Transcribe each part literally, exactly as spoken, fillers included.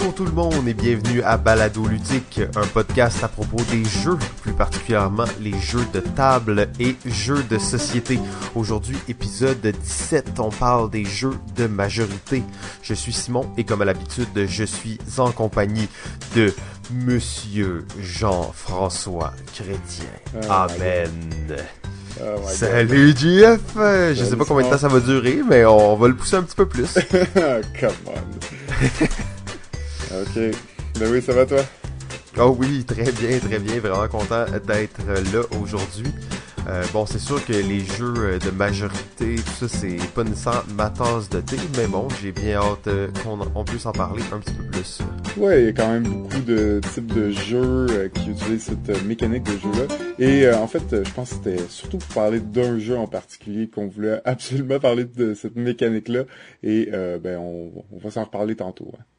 Bonjour tout le monde et bienvenue à Balado Ludique, un podcast à propos des jeux, plus particulièrement les jeux de table et jeux de société. Aujourd'hui, épisode dix-sept, on parle des jeux de majorité. Je suis Simon et comme à l'habitude, je suis en compagnie de Monsieur Jean-François Chrétien. Oh Amen. Oh Salut J F! Je Salut sais pas combien de temps ça va durer, mais on va le pousser un petit peu plus. Come on! Ok. Ben oui, ça va toi? Oh oui, très bien, très bien. Vraiment content d'être là aujourd'hui. Euh, bon, c'est sûr que les jeux de majorité, tout ça, c'est pas nécessairement ma tasse de thé, mais bon, j'ai bien hâte euh, qu'on on puisse en parler un petit peu plus. Ouais, il y a quand même beaucoup de types de jeux euh, qui utilisent cette euh, mécanique de jeu-là. Et euh, en fait, euh, je pense que c'était surtout pour parler d'un jeu en particulier qu'on voulait absolument parler de cette mécanique-là. Et euh, ben, on, on va s'en reparler tantôt. Hein.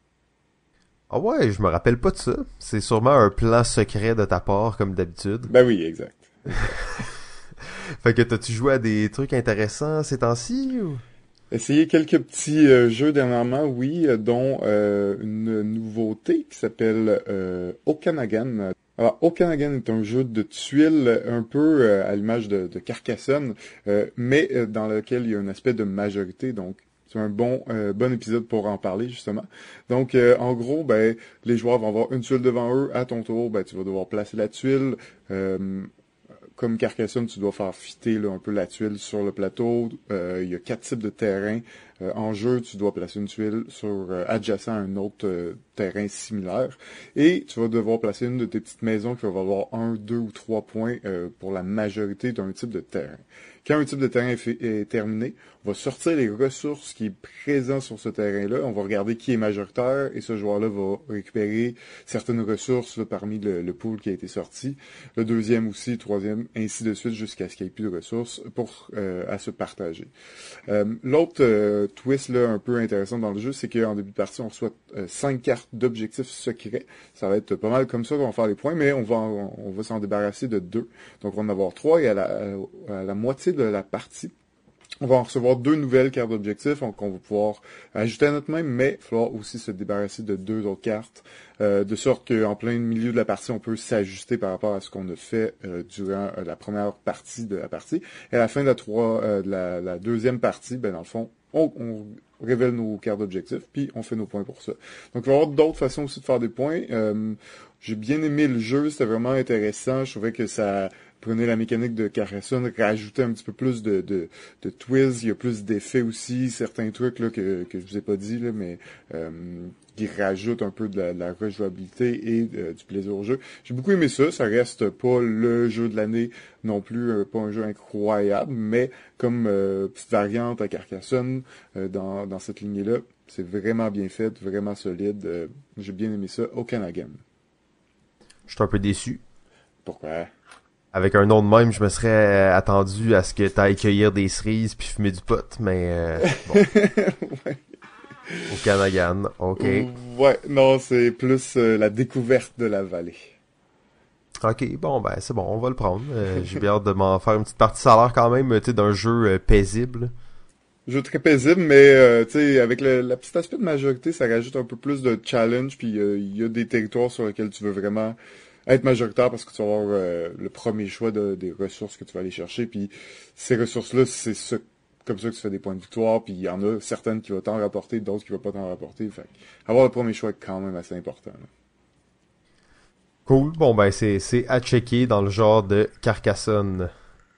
Ah ouais, je me rappelle pas de ça. C'est sûrement un plan secret de ta part, comme d'habitude. Ben oui, exact. Fait que t'as-tu joué à des trucs intéressants ces temps-ci ou? Essayé quelques petits euh, jeux dernièrement, oui, euh, dont euh, une nouveauté qui s'appelle euh, Okanagan. Alors, Okanagan est un jeu de tuiles un peu euh, à l'image de, de Carcassonne, euh, mais euh, dans lequel il y a un aspect de majorité, donc c'est un bon euh, bon épisode pour en parler, justement. Donc, euh, en gros, ben les joueurs vont avoir une tuile devant eux. À ton tour, ben tu vas devoir placer la tuile. Euh, Comme Carcassonne, tu dois faire fitter là, un peu la tuile sur le plateau. Euh, il y a quatre types de terrains. Euh, en jeu, tu dois placer une tuile sur euh, adjacent à un autre euh, terrain similaire. Et tu vas devoir placer une de tes petites maisons qui va avoir un, deux ou trois points euh, pour la majorité d'un type de terrain. Quand un type de terrain est, fait, est terminé, on va sortir les ressources qui est présent sur ce terrain-là. On va regarder qui est majoritaire et ce joueur-là va récupérer certaines ressources là, parmi le, le pool qui a été sorti. Le deuxième aussi, le troisième, ainsi de suite jusqu'à ce qu'il n'y ait plus de ressources pour euh, à se partager. Euh, l'autre euh, twist là, un peu intéressant dans le jeu, c'est qu'en début de partie, on reçoit euh, cinq cartes d'objectifs secrets. Ça va être pas mal comme ça qu'on va faire les points, mais on va en, on va s'en débarrasser de deux. Donc on va en avoir trois et à la, à la moitié de la partie, on va en recevoir deux nouvelles cartes d'objectifs, donc on va pouvoir ajouter à notre main, mais il va falloir aussi se débarrasser de deux autres cartes, euh, de sorte qu'en plein milieu de la partie, on peut s'ajuster par rapport à ce qu'on a fait euh, durant euh, la première partie de la partie. Et à la fin de la, trois, euh, de la, la deuxième partie, ben dans le fond, on, on révèle nos cartes d'objectifs, puis on fait nos points pour ça. Donc il va y avoir d'autres façons aussi de faire des points. Euh, j'ai bien aimé le jeu, c'était vraiment intéressant. Je trouvais que ça prenait la mécanique de Carcassonne, rajoutait un petit peu plus de, de, de twist, il y a plus d'effets aussi, certains trucs là, que, que je vous ai pas dit, là, mais euh, qui rajoutent un peu de la, de la rejouabilité et euh, du plaisir au jeu. J'ai beaucoup aimé ça, ça reste pas le jeu de l'année non plus, euh, pas un jeu incroyable, mais comme euh, petite variante à Carcassonne euh, dans, dans cette lignée-là, c'est vraiment bien fait, vraiment solide, euh, j'ai bien aimé ça, Okanagan. Je suis un peu déçu. Pourquoi? Avec un nom de même, je me serais attendu à ce que t'ailles cueillir des cerises puis fumer du pot, mais euh, bon. Ouais. Okanagan, ok. Ouais, non, c'est plus euh, la découverte de la vallée. Ok, bon, ben c'est bon, on va le prendre. Euh, j'ai bien hâte de m'en faire une petite partie. Ça a l'air quand même, tu sais, d'un jeu euh, paisible. Jeu très paisible, mais euh, tu sais, avec le la petite aspect de majorité, ça rajoute un peu plus de challenge, puis il euh, y a des territoires sur lesquels tu veux vraiment être majoritaire parce que tu vas avoir euh, le premier choix de, des ressources que tu vas aller chercher, puis ces ressources-là, c'est ça, comme ça que tu fais des points de victoire, puis il y en a certaines qui vont t'en rapporter, d'autres qui vont pas t'en rapporter, fait avoir le premier choix est quand même assez important. Là. Cool, bon ben c'est c'est à checker dans le genre de Carcassonne.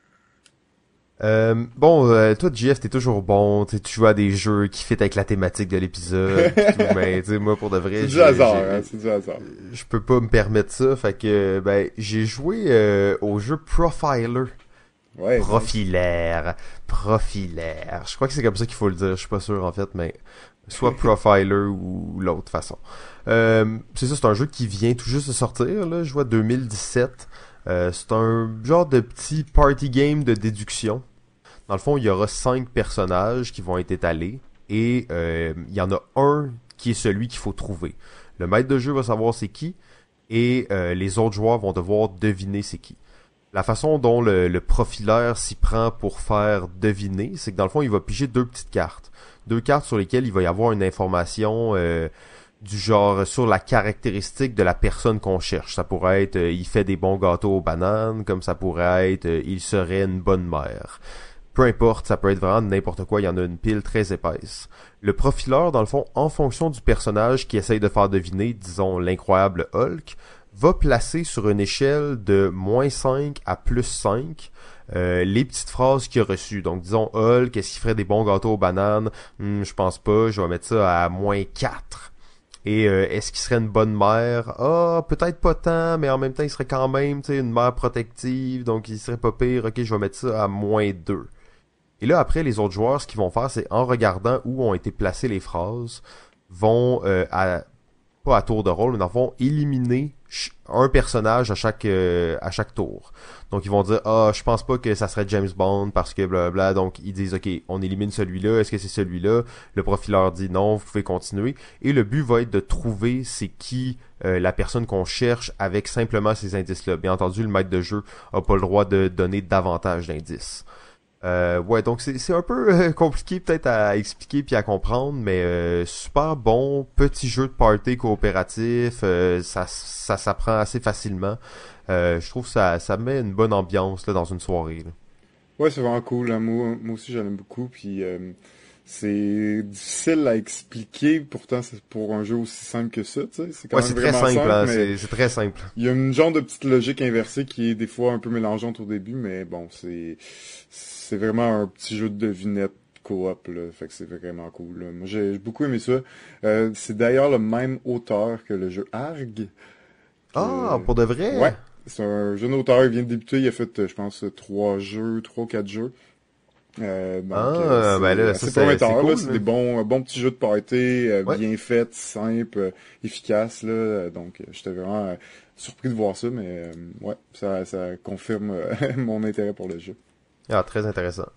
Euh, bon, euh, toi, J F, t'es toujours bon, tu joues à des jeux qui fit avec la thématique de l'épisode, tout, mais tu sais, moi, pour de vrai, c'est du hasard, hein, c'est du hasard. Je peux pas me permettre ça, fait que, ben, j'ai joué euh, au jeu Profiler. Ouais. Profilaire, profilaire. Je crois que c'est comme ça qu'il faut le dire, je suis pas sûr en fait, mais soit Profiler ou l'autre façon. Euh, c'est ça, c'est un jeu qui vient tout juste de sortir, là, je vois deux mille dix-sept. Euh, c'est un genre de petit party game de déduction. Dans le fond, il y aura cinq personnages qui vont être étalés et euh, il y en a un qui est celui qu'il faut trouver. Le maître de jeu va savoir c'est qui et euh, les autres joueurs vont devoir deviner c'est qui. La façon dont le, le profilaire s'y prend pour faire deviner, c'est que dans le fond, il va piger deux petites cartes. Deux cartes sur lesquelles il va y avoir une information euh, du genre sur la caractéristique de la personne qu'on cherche. Ça pourrait être euh, il fait des bons gâteaux aux bananes, comme ça pourrait être euh, il serait une bonne mère. Peu importe, ça peut être vraiment n'importe quoi, il y en a une pile très épaisse. Le profileur, dans le fond, en fonction du personnage qui essaye de faire deviner, disons, l'incroyable Hulk, va placer sur une échelle de moins cinq à plus cinq euh, les petites phrases qu'il a reçues. Donc, disons, Hulk, est-ce qu'il ferait des bons gâteaux aux bananes? Hmm, je pense pas, je vais mettre ça à moins quatre. Et euh, est-ce qu'il serait une bonne mère? Ah, peut-être pas tant, mais en même temps, il serait quand même, tu sais, une mère protective, donc il serait pas pire. Ok, je vais mettre ça à moins deux. Et là, après, les autres joueurs, ce qu'ils vont faire, c'est en regardant où ont été placées les phrases, vont, euh, à, pas à tour de rôle, mais dans le fond, éliminer un personnage à chaque euh, à chaque tour. Donc, ils vont dire, ah, je pense pas que ça serait James Bond parce que blablabla. Donc, ils disent, ok, on élimine celui-là. Est-ce que c'est celui-là? Le profileur dit non, vous pouvez continuer. Et le but va être de trouver c'est qui euh, la personne qu'on cherche avec simplement ces indices-là. Bien entendu, le maître de jeu a pas le droit de donner davantage d'indices. Euh, ouais, donc c'est c'est un peu euh, compliqué peut-être à expliquer puis à comprendre, mais euh, super bon petit jeu de party coopératif, euh, ça ça s'apprend assez facilement. Euh, je trouve que ça ça met une bonne ambiance là dans une soirée. Là. Ouais, c'est vraiment cool. Hein. Moi, moi aussi, j'en aime beaucoup. Puis euh, c'est difficile à expliquer. Pourtant, c'est pour un jeu aussi simple que ça. Tu sais, c'est quand Ouais, même c'est très vraiment simple, simple, hein, mais c'est c'est très simple. il y a une genre de petite logique inversée qui est des fois un peu mélangeante au début, mais bon, c'est c'est vraiment un petit jeu de devinette coop là, fait que c'est vraiment cool. Là. Moi, j'ai j'ai beaucoup aimé ça. Euh, c'est d'ailleurs le même auteur que le jeu Arg. Ah, Que... pour de Ouais, vrai? c'est un jeune auteur, il vient de débuter, il a fait, euh, je pense, trois jeux, trois ou quatre jeux. Euh, donc, euh, Ah, ben c'est là, ça assez c'est c'est prometteur, là. cool. C'est Là. des bons, euh, bons petits jeux de party, euh, Ouais. bien faits, simples, euh, efficaces, là. Euh, Donc, euh, j'étais vraiment euh, surpris de voir ça, mais euh, ouais, ça, ça confirme euh, mon intérêt pour le jeu. Ah, très intéressant.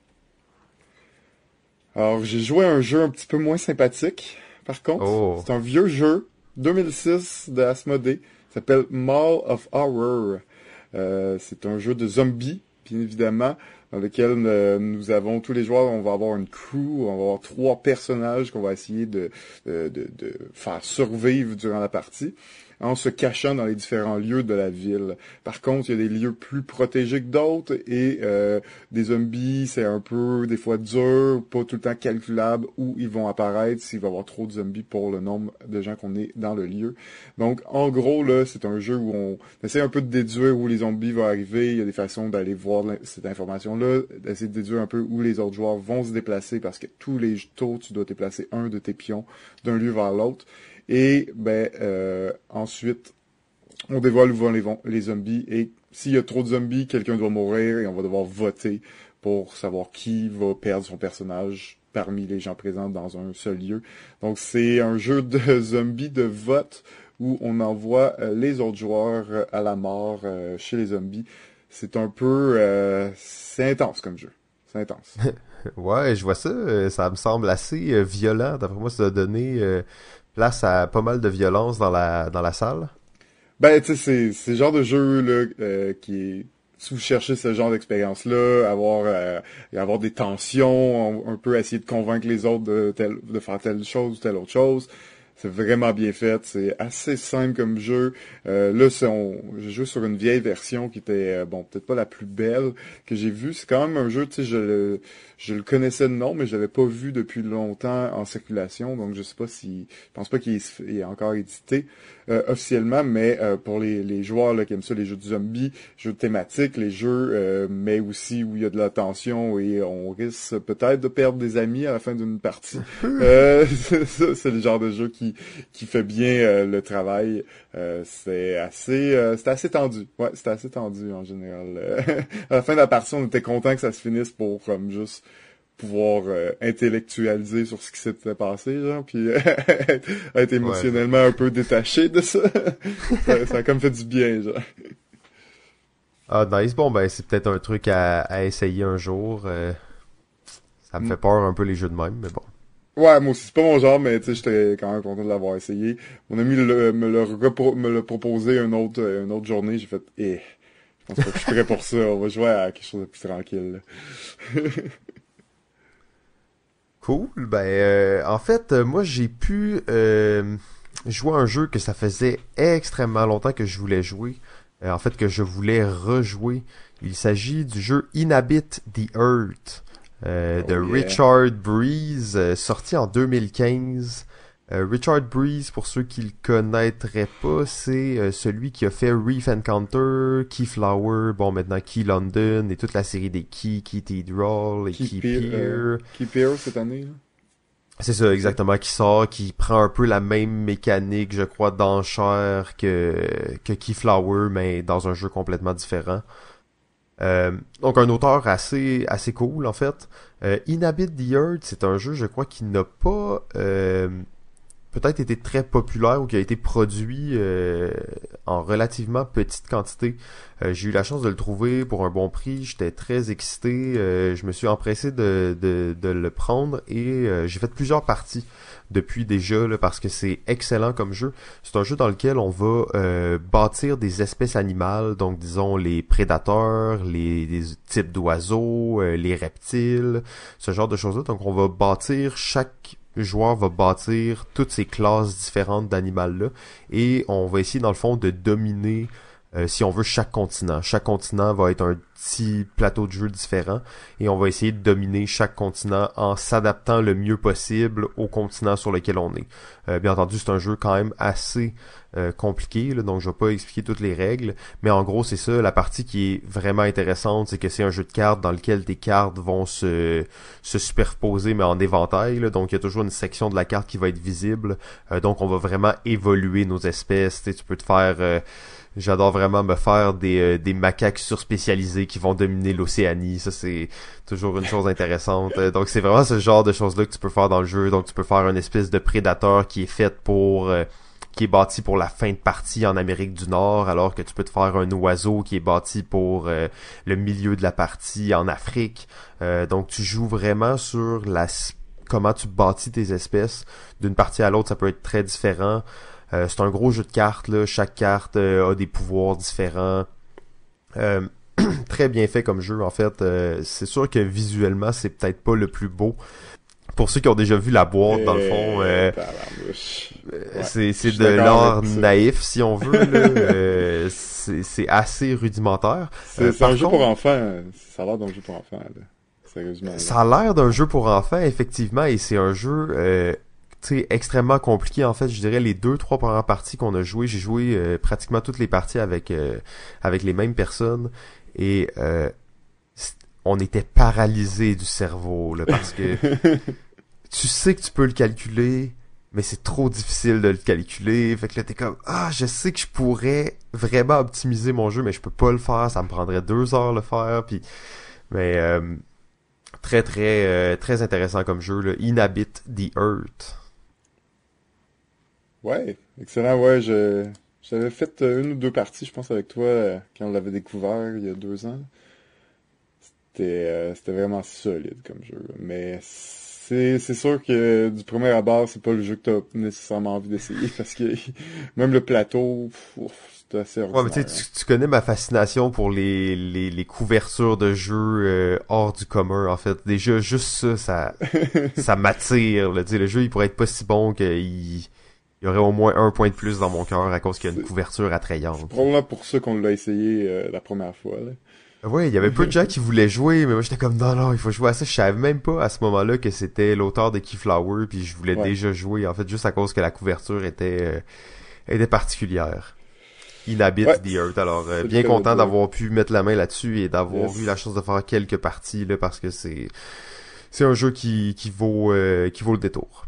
Alors, j'ai joué à un jeu un petit peu moins sympathique, par contre. Oh. C'est un vieux jeu, deux mille six de Asmodée. Il s'appelle Mall of Horror. Euh, c'est un jeu de zombies, bien évidemment, dans lequel euh, nous avons tous les joueurs, on va avoir une crew, on va avoir trois personnages qu'on va essayer de, de, de, de faire survivre durant la partie, en se cachant dans les différents lieux de la ville. Par contre, il y a des lieux plus protégés que d'autres et euh, des zombies, c'est un peu des fois dur, pas tout le temps calculable où ils vont apparaître, s'il va y avoir trop de zombies pour le nombre de gens qu'on est dans le lieu. Donc, en gros, là, c'est un jeu où on essaie un peu de déduire où les zombies vont arriver. Il y a des façons d'aller voir cette information-là, d'essayer de déduire un peu où les autres joueurs vont se déplacer parce que tous les tours, tu dois déplacer un de tes pions d'un lieu vers l'autre. Et ben euh, ensuite, on dévoile où vont les, les zombies. Et s'il y a trop de zombies, quelqu'un doit mourir et on va devoir voter pour savoir qui va perdre son personnage parmi les gens présents dans un seul lieu. Donc c'est un jeu de zombies de vote où on envoie euh, les autres joueurs euh, à la mort euh, chez les zombies. C'est un peu... Euh, c'est intense comme jeu. C'est intense. Ouais, je vois ça. euh, Ça me semble assez euh, violent. D'après moi, ça a donné euh, place à pas mal de violence dans la dans la salle. Ben, tu sais, c'est, c'est le genre de jeu là, euh, qui est... Si vous cherchez ce genre d'expérience-là, avoir euh, avoir des tensions, on, on peut essayer de convaincre les autres de, tel, de faire telle chose ou telle autre chose. C'est vraiment bien fait, c'est assez simple comme jeu. Euh, là, c'est on, j'ai joué sur une vieille version qui était, euh, bon, peut-être pas la plus belle que j'ai vue. C'est quand même un jeu, tu sais, je le, je le connaissais de nom, mais je l'avais pas vu depuis longtemps en circulation, donc je sais pas si, je pense pas qu'il est, il est encore édité euh, officiellement, mais euh, pour les, les joueurs là, qui aiment ça, les jeux de zombies, jeux thématiques, les jeux, euh, mais aussi où il y a de la tension et on risque peut-être de perdre des amis à la fin d'une partie. euh, c'est, c'est le genre de jeu qui qui fait bien euh, le travail. Euh, c'est assez euh, c'était assez tendu. Ouais, c'était assez tendu en général. Euh, à la fin de la partie, on était content que ça se finisse pour comme juste pouvoir euh, intellectualiser sur ce qui s'était passé, genre, puis euh, être Ouais. émotionnellement un peu détaché de ça. ça. Ça a comme fait du bien, genre. Ah, nice. Bon, ben, c'est peut-être un truc à, à essayer un jour. euh, Ça me fait peur un peu les jeux de même, mais bon. Ouais, moi aussi, c'est pas mon genre, mais tu sais, j'étais quand même content de l'avoir essayé. Mon ami le- me l'a repro- me l'a proposé une autre, euh, une autre journée, j'ai fait, eh, je pense pas que je suis prêt pour ça, on va jouer à quelque chose de plus tranquille. Cool. Cool. Ben, euh, en fait, euh, moi, j'ai pu euh, jouer à un jeu que ça faisait extrêmement longtemps que je voulais jouer. Euh, en fait, que je voulais rejouer. Il s'agit du jeu Inhabit the Earth euh, de Oh yeah. Richard Breeze, euh, sorti en deux mille quinze. Euh, Richard Breeze, pour ceux qui le connaîtraient pas, c'est euh, celui qui a fait Reef Encounter, Keyflower, bon maintenant Key London et toute la série des Key, Cathedral et Qui Key pire, Pier. euh, qui pire cette année, là? C'est ça, exactement, qui sort, qui prend un peu la même mécanique, je crois, d'enchère que, que Keyflower, mais dans un jeu complètement différent. Euh, donc un auteur assez assez cool, en fait. Euh, Inhabit the Earth, c'est un jeu, je crois, qui n'a pas... Euh, peut-être été très populaire ou qui a été produit euh, en relativement petite quantité. Euh, j'ai eu la chance de le trouver pour un bon prix. J'étais très excité. Euh, je me suis empressé de, de, de le prendre et euh, j'ai fait plusieurs parties depuis déjà là, parce que c'est excellent comme jeu. C'est un jeu dans lequel on va euh, bâtir des espèces animales, donc disons les prédateurs, les, les types d'oiseaux, euh, les reptiles, ce genre de choses-là. Donc on va bâtir chaque le joueur va bâtir toutes ces classes différentes d'animal-là et on va essayer dans le fond de dominer, euh, si on veut, chaque continent. Chaque continent va être un petit plateau de jeu différent et on va essayer de dominer chaque continent en s'adaptant le mieux possible au continent sur lequel on est. Euh, bien entendu, c'est un jeu quand même assez euh, compliqué, là, donc je vais pas expliquer toutes les règles, mais en gros c'est ça, la partie qui est vraiment intéressante, c'est que c'est un jeu de cartes dans lequel tes cartes vont se, se superposer mais en éventail, là, donc il y a toujours une section de la carte qui va être visible, euh, donc on va vraiment évoluer nos espèces, tu sais, tu peux te faire... Euh, J'adore vraiment me faire des, euh, des macaques surspécialisés qui vont dominer l'Océanie. Ça, c'est toujours une chose intéressante. Euh, donc, c'est vraiment ce genre de choses-là que tu peux faire dans le jeu. Donc, tu peux faire une espèce de prédateur qui est fait pour... Euh, qui est bâti pour la fin de partie en Amérique du Nord, alors que tu peux te faire un oiseau qui est bâti pour euh, le milieu de la partie en Afrique. Euh, donc, tu joues vraiment sur la comment tu bâtis tes espèces. D'une partie à l'autre, ça peut être très différent. Euh, c'est un gros jeu de cartes, là. Chaque carte euh, a des pouvoirs différents. Euh, très bien fait comme jeu, en fait. Euh, c'est sûr que visuellement, c'est peut-être pas le plus beau. Pour ceux qui ont déjà vu la boîte, dans le fond, euh, ouais, c'est, c'est de l'art naïf, si on veut. Là. euh, c'est, c'est assez rudimentaire. C'est, euh, c'est un contre, jeu pour enfants. Ça a l'air d'un jeu pour enfants, là. Sérieusement. Là. Ça a l'air d'un jeu pour enfants, effectivement, et c'est un jeu... Euh, tu sais, extrêmement compliqué. En fait, je dirais les deux, trois premières parties qu'on a jouées, j'ai joué euh, pratiquement toutes les parties avec euh, avec les mêmes personnes et euh, on était paralysé du cerveau là, parce que tu sais que tu peux le calculer, mais c'est trop difficile de le calculer. Fait que là, t'es comme ah, je sais que je pourrais vraiment optimiser mon jeu, mais je peux pas le faire. Ça me prendrait deux heures le faire. Puis, mais euh, très très euh, très intéressant comme jeu là. Inhabit the Earth. Ouais, excellent. Ouais, je j'avais fait euh, une ou deux parties, je pense, avec toi euh, quand on l'avait découvert il y a deux ans. C'était euh, c'était vraiment solide comme jeu. Mais c'est c'est sûr que du premier abord, c'est pas le jeu que t'as nécessairement envie d'essayer parce que même le plateau, pff, ouf, c'était assez Ouais, mais tu sais, ordinaire. tu, tu connais ma fascination pour les, les, les couvertures de jeux euh, hors du commun, en fait. Déjà, juste ça, ça, ça m'attire. Là. Tu sais, le jeu, il pourrait être pas si bon qu'il il y aurait au moins un point de plus dans mon cœur à cause qu'il y a une C'est couverture c'est attrayante. probablement pour ça qu'on l'a essayé euh, la première fois, là. Ouais, il y avait peu de gens qui voulaient jouer, mais moi j'étais comme non, non, il faut jouer à ça. Je savais même pas à ce moment-là que c'était l'auteur de Keyflower, puis je voulais Ouais. déjà jouer, en fait, juste à cause que la couverture était, euh, était particulière. Inhabit Ouais, the Earth. Alors, euh, c'est le bien cas de content dire. d'avoir pu mettre la main là-dessus et d'avoir eu la Yes. chance de faire quelques parties là parce que c'est c'est un jeu qui qui vaut euh, qui vaut le détour.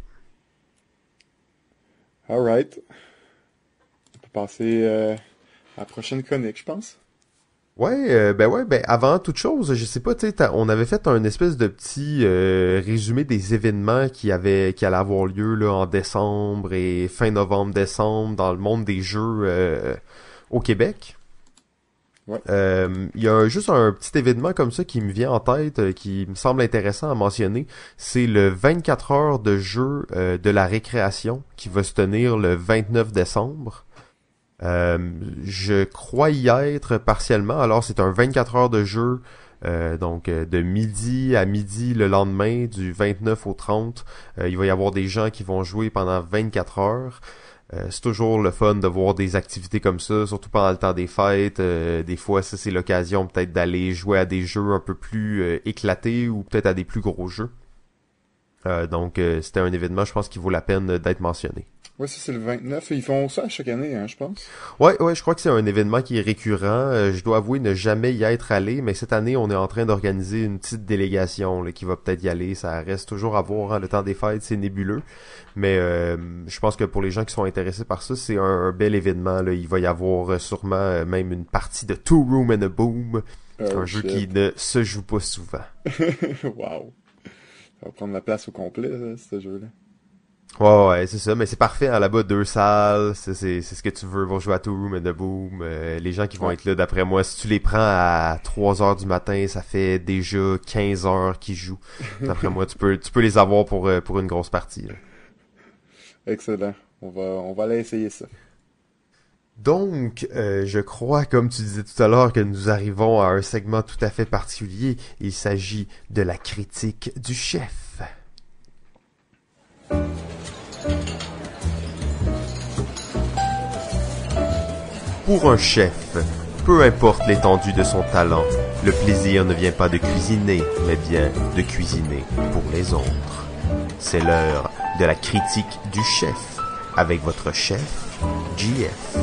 Alright. On peut passer euh, à la prochaine chronique, je pense. Ouais, euh, ben ouais, ben avant toute chose, je sais pas, tu sais, t'as- on avait fait un espèce de petit euh, résumé des événements qui avaient qui allaient avoir lieu là en décembre et fin novembre-décembre dans le monde des jeux euh, au Québec. Ouais. Euh, Il y a un- juste un petit événement comme ça qui me vient en tête, euh, qui me semble intéressant à mentionner. C'est le vingt-quatre heures de jeu euh, de la récréation qui va se tenir le vingt-neuf décembre. Euh, je crois y être partiellement. Alors, c'est un vingt-quatre heures de jeu Euh, donc euh, de midi à midi le lendemain, du vingt-neuf au trente, euh, il va y avoir des gens qui vont jouer pendant vingt-quatre heures. Euh, c'est toujours le fun de voir des activités comme ça, surtout pendant le temps des fêtes. Euh, des fois, ça c'est l'occasion peut-être d'aller jouer à des jeux un peu plus euh, éclatés ou peut-être à des plus gros jeux. Euh, donc euh, c'était un événement, je pense, qui vaut la peine d'être mentionné. Ouais, ça c'est le vingt-neuf. Ils font ça chaque année, hein, je pense. Ouais, ouais, je crois que c'est un événement qui est récurrent. Euh, je dois avouer ne jamais y être allé, mais cette année, on est en train d'organiser une petite délégation là, qui va peut-être y aller. Ça reste toujours à voir, hein, le temps des fêtes, c'est nébuleux. Mais euh, je pense que pour les gens qui sont intéressés par ça, c'est un, un bel événement. Là. Il va y avoir euh, sûrement euh, même une partie de Two Room and a Boom, Oh, un jeu shit. qui ne se joue pas souvent. Wow. Ça va prendre la place au complet, ça, ce jeu-là. Ouais, ouais, c'est ça, mais c'est parfait, hein, là-bas, deux salles, c'est, c'est, c'est ce que tu veux, vont jouer à Two Room and a Boom, euh, les gens qui vont Ouais. être là, d'après moi, si tu les prends à trois heures du matin, ça fait déjà quinze heures qu'ils jouent. D'après moi, tu peux, tu peux les avoir pour, euh, pour une grosse partie, là. Excellent. On va, on va aller essayer ça. Donc, euh, je crois, comme tu disais tout à l'heure, que nous arrivons à un segment tout à fait particulier. Il s'agit de la critique du chef. Pour un chef, peu importe l'étendue de son talent, le plaisir ne vient pas de cuisiner, mais bien de cuisiner pour les autres. C'est l'heure de la critique du chef, avec votre chef, G F.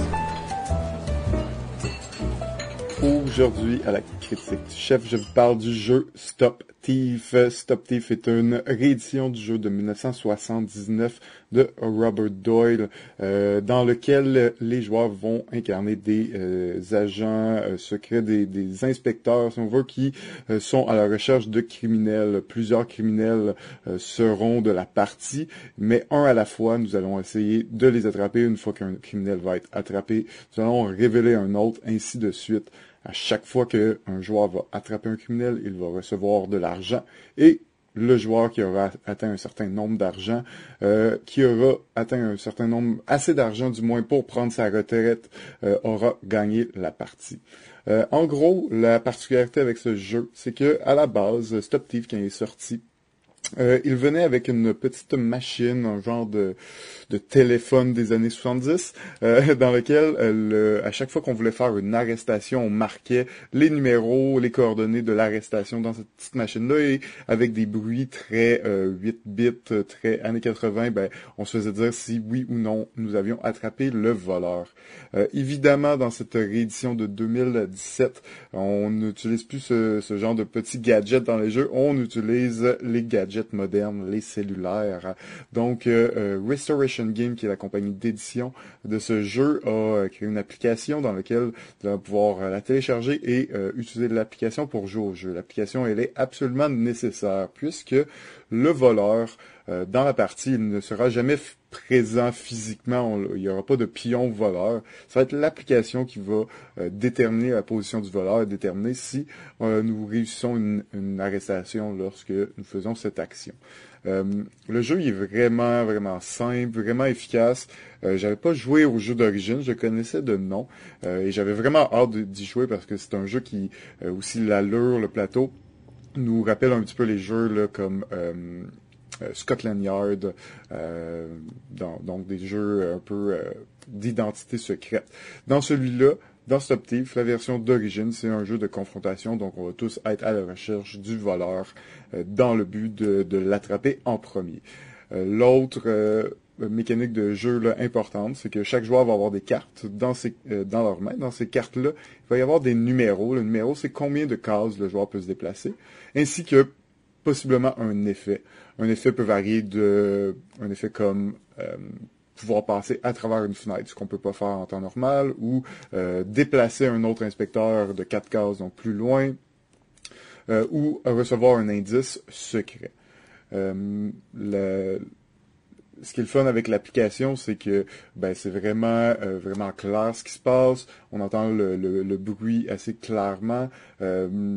Aujourd'hui, à la critique du chef, je vous parle du jeu Stop Thief. Stop Thief est une réédition du jeu de dix-neuf cent soixante-dix-neuf de Robert Doyle, euh, dans lequel les joueurs vont incarner des euh, agents euh, secrets, des, des inspecteurs, si on veut, qui euh, sont à la recherche de criminels. Plusieurs criminels euh, seront de la partie, mais un à la fois, nous allons essayer de les attraper. Une fois qu'un criminel va être attrapé, nous allons révéler un autre, ainsi de suite. À chaque fois qu'un joueur va attraper un criminel, il va recevoir de l'argent, et le joueur qui aura atteint un certain nombre d'argent, euh, qui aura atteint un certain nombre, assez d'argent du moins pour prendre sa retraite, euh, aura gagné la partie. Euh, en gros, la particularité avec ce jeu, c'est que à la base, Stop Thief, quand il est sorti, Euh, il venait avec une petite machine, un genre de, de téléphone des années soixante-dix, euh, dans lequel, euh, le, à chaque fois qu'on voulait faire une arrestation, on marquait les numéros, les coordonnées de l'arrestation dans cette petite machine-là, et avec des bruits très euh, huit bits, très années quatre-vingts, ben, on se faisait dire si oui ou non nous avions attrapé le voleur. Euh, évidemment, dans cette réédition de deux mille dix-sept, on n'utilise plus ce, ce genre de petits gadgets dans les jeux, on utilise les gadgets modernes, les cellulaires. Donc, euh, Restoration Game, qui est la compagnie d'édition de ce jeu, a euh, créé une application dans laquelle vous allez pouvoir euh, la télécharger et euh, utiliser l'application pour jouer au jeu. L'application, elle est absolument nécessaire, puisque le voleur, euh, dans la partie, il ne sera jamais f- présent physiquement, on, il n'y aura pas de pion voleur. Ça va être l'application qui va euh, déterminer la position du voleur et déterminer si euh, nous réussissons une, une arrestation lorsque nous faisons cette action. Euh, le jeu il est vraiment, vraiment simple, vraiment efficace. Euh, j'avais pas joué au jeu d'origine, je connaissais de nom, euh, et j'avais vraiment hâte d'y jouer parce que c'est un jeu qui, euh, aussi l'allure, le plateau, nous rappelle un petit peu les jeux là, comme euh, euh, Scotland Yard, euh, dans, donc des jeux un peu euh, d'identité secrète. Dans celui-là, dans Stop Thief, la version d'origine, c'est un jeu de confrontation, donc on va tous être à la recherche du voleur euh, dans le but de, de l'attraper en premier. Euh, L'autre euh, mécanique de jeu là, importante, c'est que chaque joueur va avoir des cartes dans, ses, euh, dans leurs mains. Dans ces cartes-là, il va y avoir des numéros. Le numéro, c'est combien de cases le joueur peut se déplacer, ainsi que possiblement un effet. Un effet peut varier de un effet comme euh, pouvoir passer à travers une fenêtre, ce qu'on peut pas faire en temps normal, ou euh, déplacer un autre inspecteur de quatre cases, donc plus loin, euh, ou recevoir un indice secret. Euh, le, ce qui est le fun avec l'application, c'est que ben c'est vraiment euh, vraiment clair ce qui se passe. On entend le, le, le bruit assez clairement. Euh,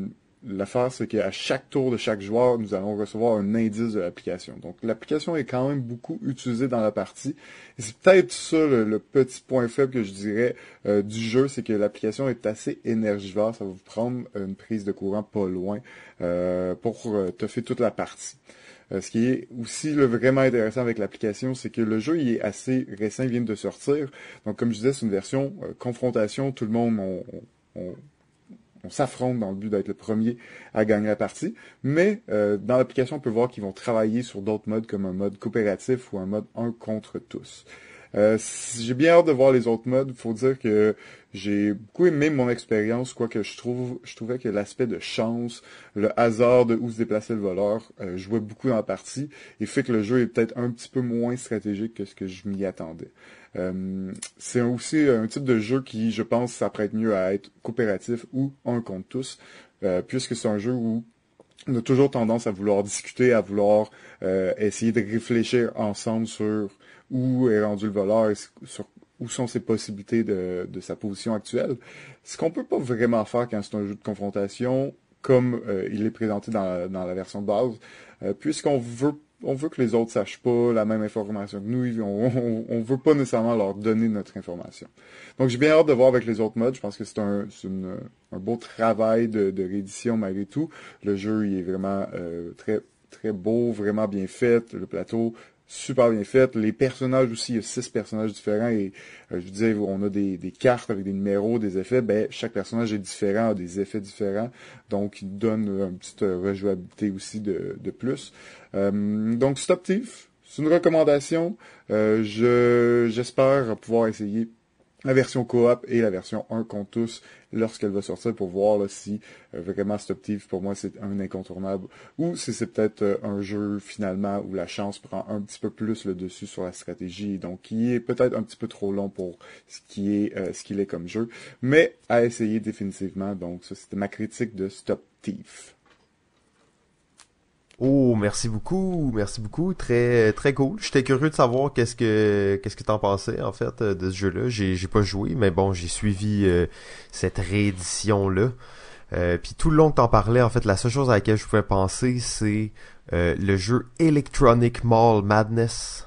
l'affaire, c'est qu'à chaque tour de chaque joueur, nous allons recevoir un indice de l'application. Donc, l'application est quand même beaucoup utilisée dans la partie. Et c'est peut-être ça le, le petit point faible que je dirais euh, du jeu, c'est que l'application est assez énergivore. Ça va vous prendre une prise de courant pas loin euh, pour euh, te faire toute la partie. Euh, ce qui est aussi là, vraiment intéressant avec l'application, c'est que le jeu il est assez récent, il vient de sortir. Donc, comme je disais, c'est une version euh, confrontation. Tout le monde, on, on, on s'affronte dans le but d'être le premier à gagner la partie. Mais euh, dans l'application, on peut voir qu'ils vont travailler sur d'autres modes comme un mode coopératif ou un mode un contre tous. Euh, j'ai bien hâte de voir les autres modes. Il faut dire que j'ai beaucoup aimé mon expérience, quoique je trouve, je trouvais que l'aspect de chance, le hasard de où se déplaçait le voleur, euh, jouait beaucoup dans la partie et fait que le jeu est peut-être un petit peu moins stratégique que ce que je m'y attendais. Euh, c'est aussi un type de jeu qui, je pense, s'apprête mieux à être coopératif ou un contre tous, euh, puisque c'est un jeu où on a toujours tendance à vouloir discuter, à vouloir euh, essayer de réfléchir ensemble sur où est rendu le voleur et sur où sont ses possibilités de, de sa position actuelle. Ce qu'on peut pas vraiment faire quand c'est un jeu de confrontation, comme euh, il est présenté dans la, dans la version de base, euh, puisqu'on veut on veut que les autres sachent pas la même information que nous, on, on, on veut pas nécessairement leur donner notre information. Donc j'ai bien hâte de voir avec les autres modes, je pense que c'est un, c'est une, un beau travail de, de réédition malgré tout. Le jeu il est vraiment euh, très très beau, vraiment bien fait, le plateau super bien fait. Les personnages aussi, il y a six personnages différents et euh, je vous disais, on a des, des cartes avec des numéros, des effets. Ben, chaque personnage est différent, a des effets différents. Donc, il donne une petite rejouabilité aussi de, de plus. Euh, donc, Stop Thief, c'est une recommandation. Euh, je j'espère pouvoir essayer la version coop et la version un contre tous lorsqu'elle va sortir pour voir là, si euh, vraiment Stop Thief pour moi c'est un incontournable ou si c'est peut-être euh, un jeu finalement où la chance prend un petit peu plus le dessus sur la stratégie, donc qui est peut-être un petit peu trop long pour ce qui est euh, ce qu'il est comme jeu, mais à essayer définitivement. Donc ça c'était ma critique de Stop Thief. Oh, merci beaucoup, merci beaucoup, très très cool. J'étais curieux de savoir qu'est-ce que qu'est-ce que t'en pensais en fait de ce jeu-là. J'ai j'ai pas joué, mais bon, j'ai suivi euh, cette réédition-là. Euh, puis tout le long que t'en parlais, en fait, la seule chose à laquelle je pouvais penser, c'est euh, le jeu Electronic Mall Madness.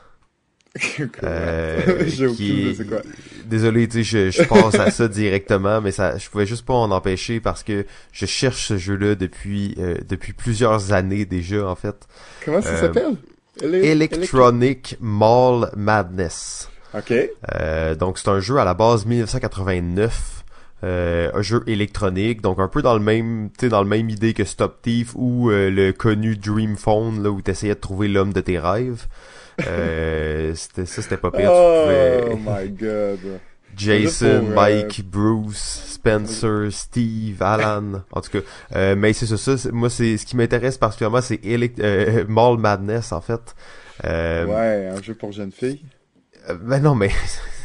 euh, J'ai aucune idée c'est quoi. Désolé, tu sais, je, je passe à ça directement, mais ça, je pouvais juste pas en empêcher parce que je cherche ce jeu-là depuis euh, depuis plusieurs années déjà, en fait. Comment ça euh, s'appelle? Ele- Electronic Mall Madness. Ok. Euh, donc c'est un jeu à la base dix-neuf cent quatre-vingt-neuf. Euh, un jeu électronique, donc un peu dans le même, tu sais, dans le même idée que Stop Thief ou euh, le connu Dream Phone là où t'essayais de trouver l'homme de tes rêves. Euh, c'était ça, c'était pas pire. Oh tu pouvais... my god. Jason, pour, Mike, euh... Bruce, Spencer, Steve, Alan. En tout cas, euh, mais c'est ça, ça c'est, moi c'est ce qui m'intéresse particulièrement, c'est Elect- euh, Mall Madness en fait. Euh, ouais, un jeu pour jeunes filles. Euh, ben non, mais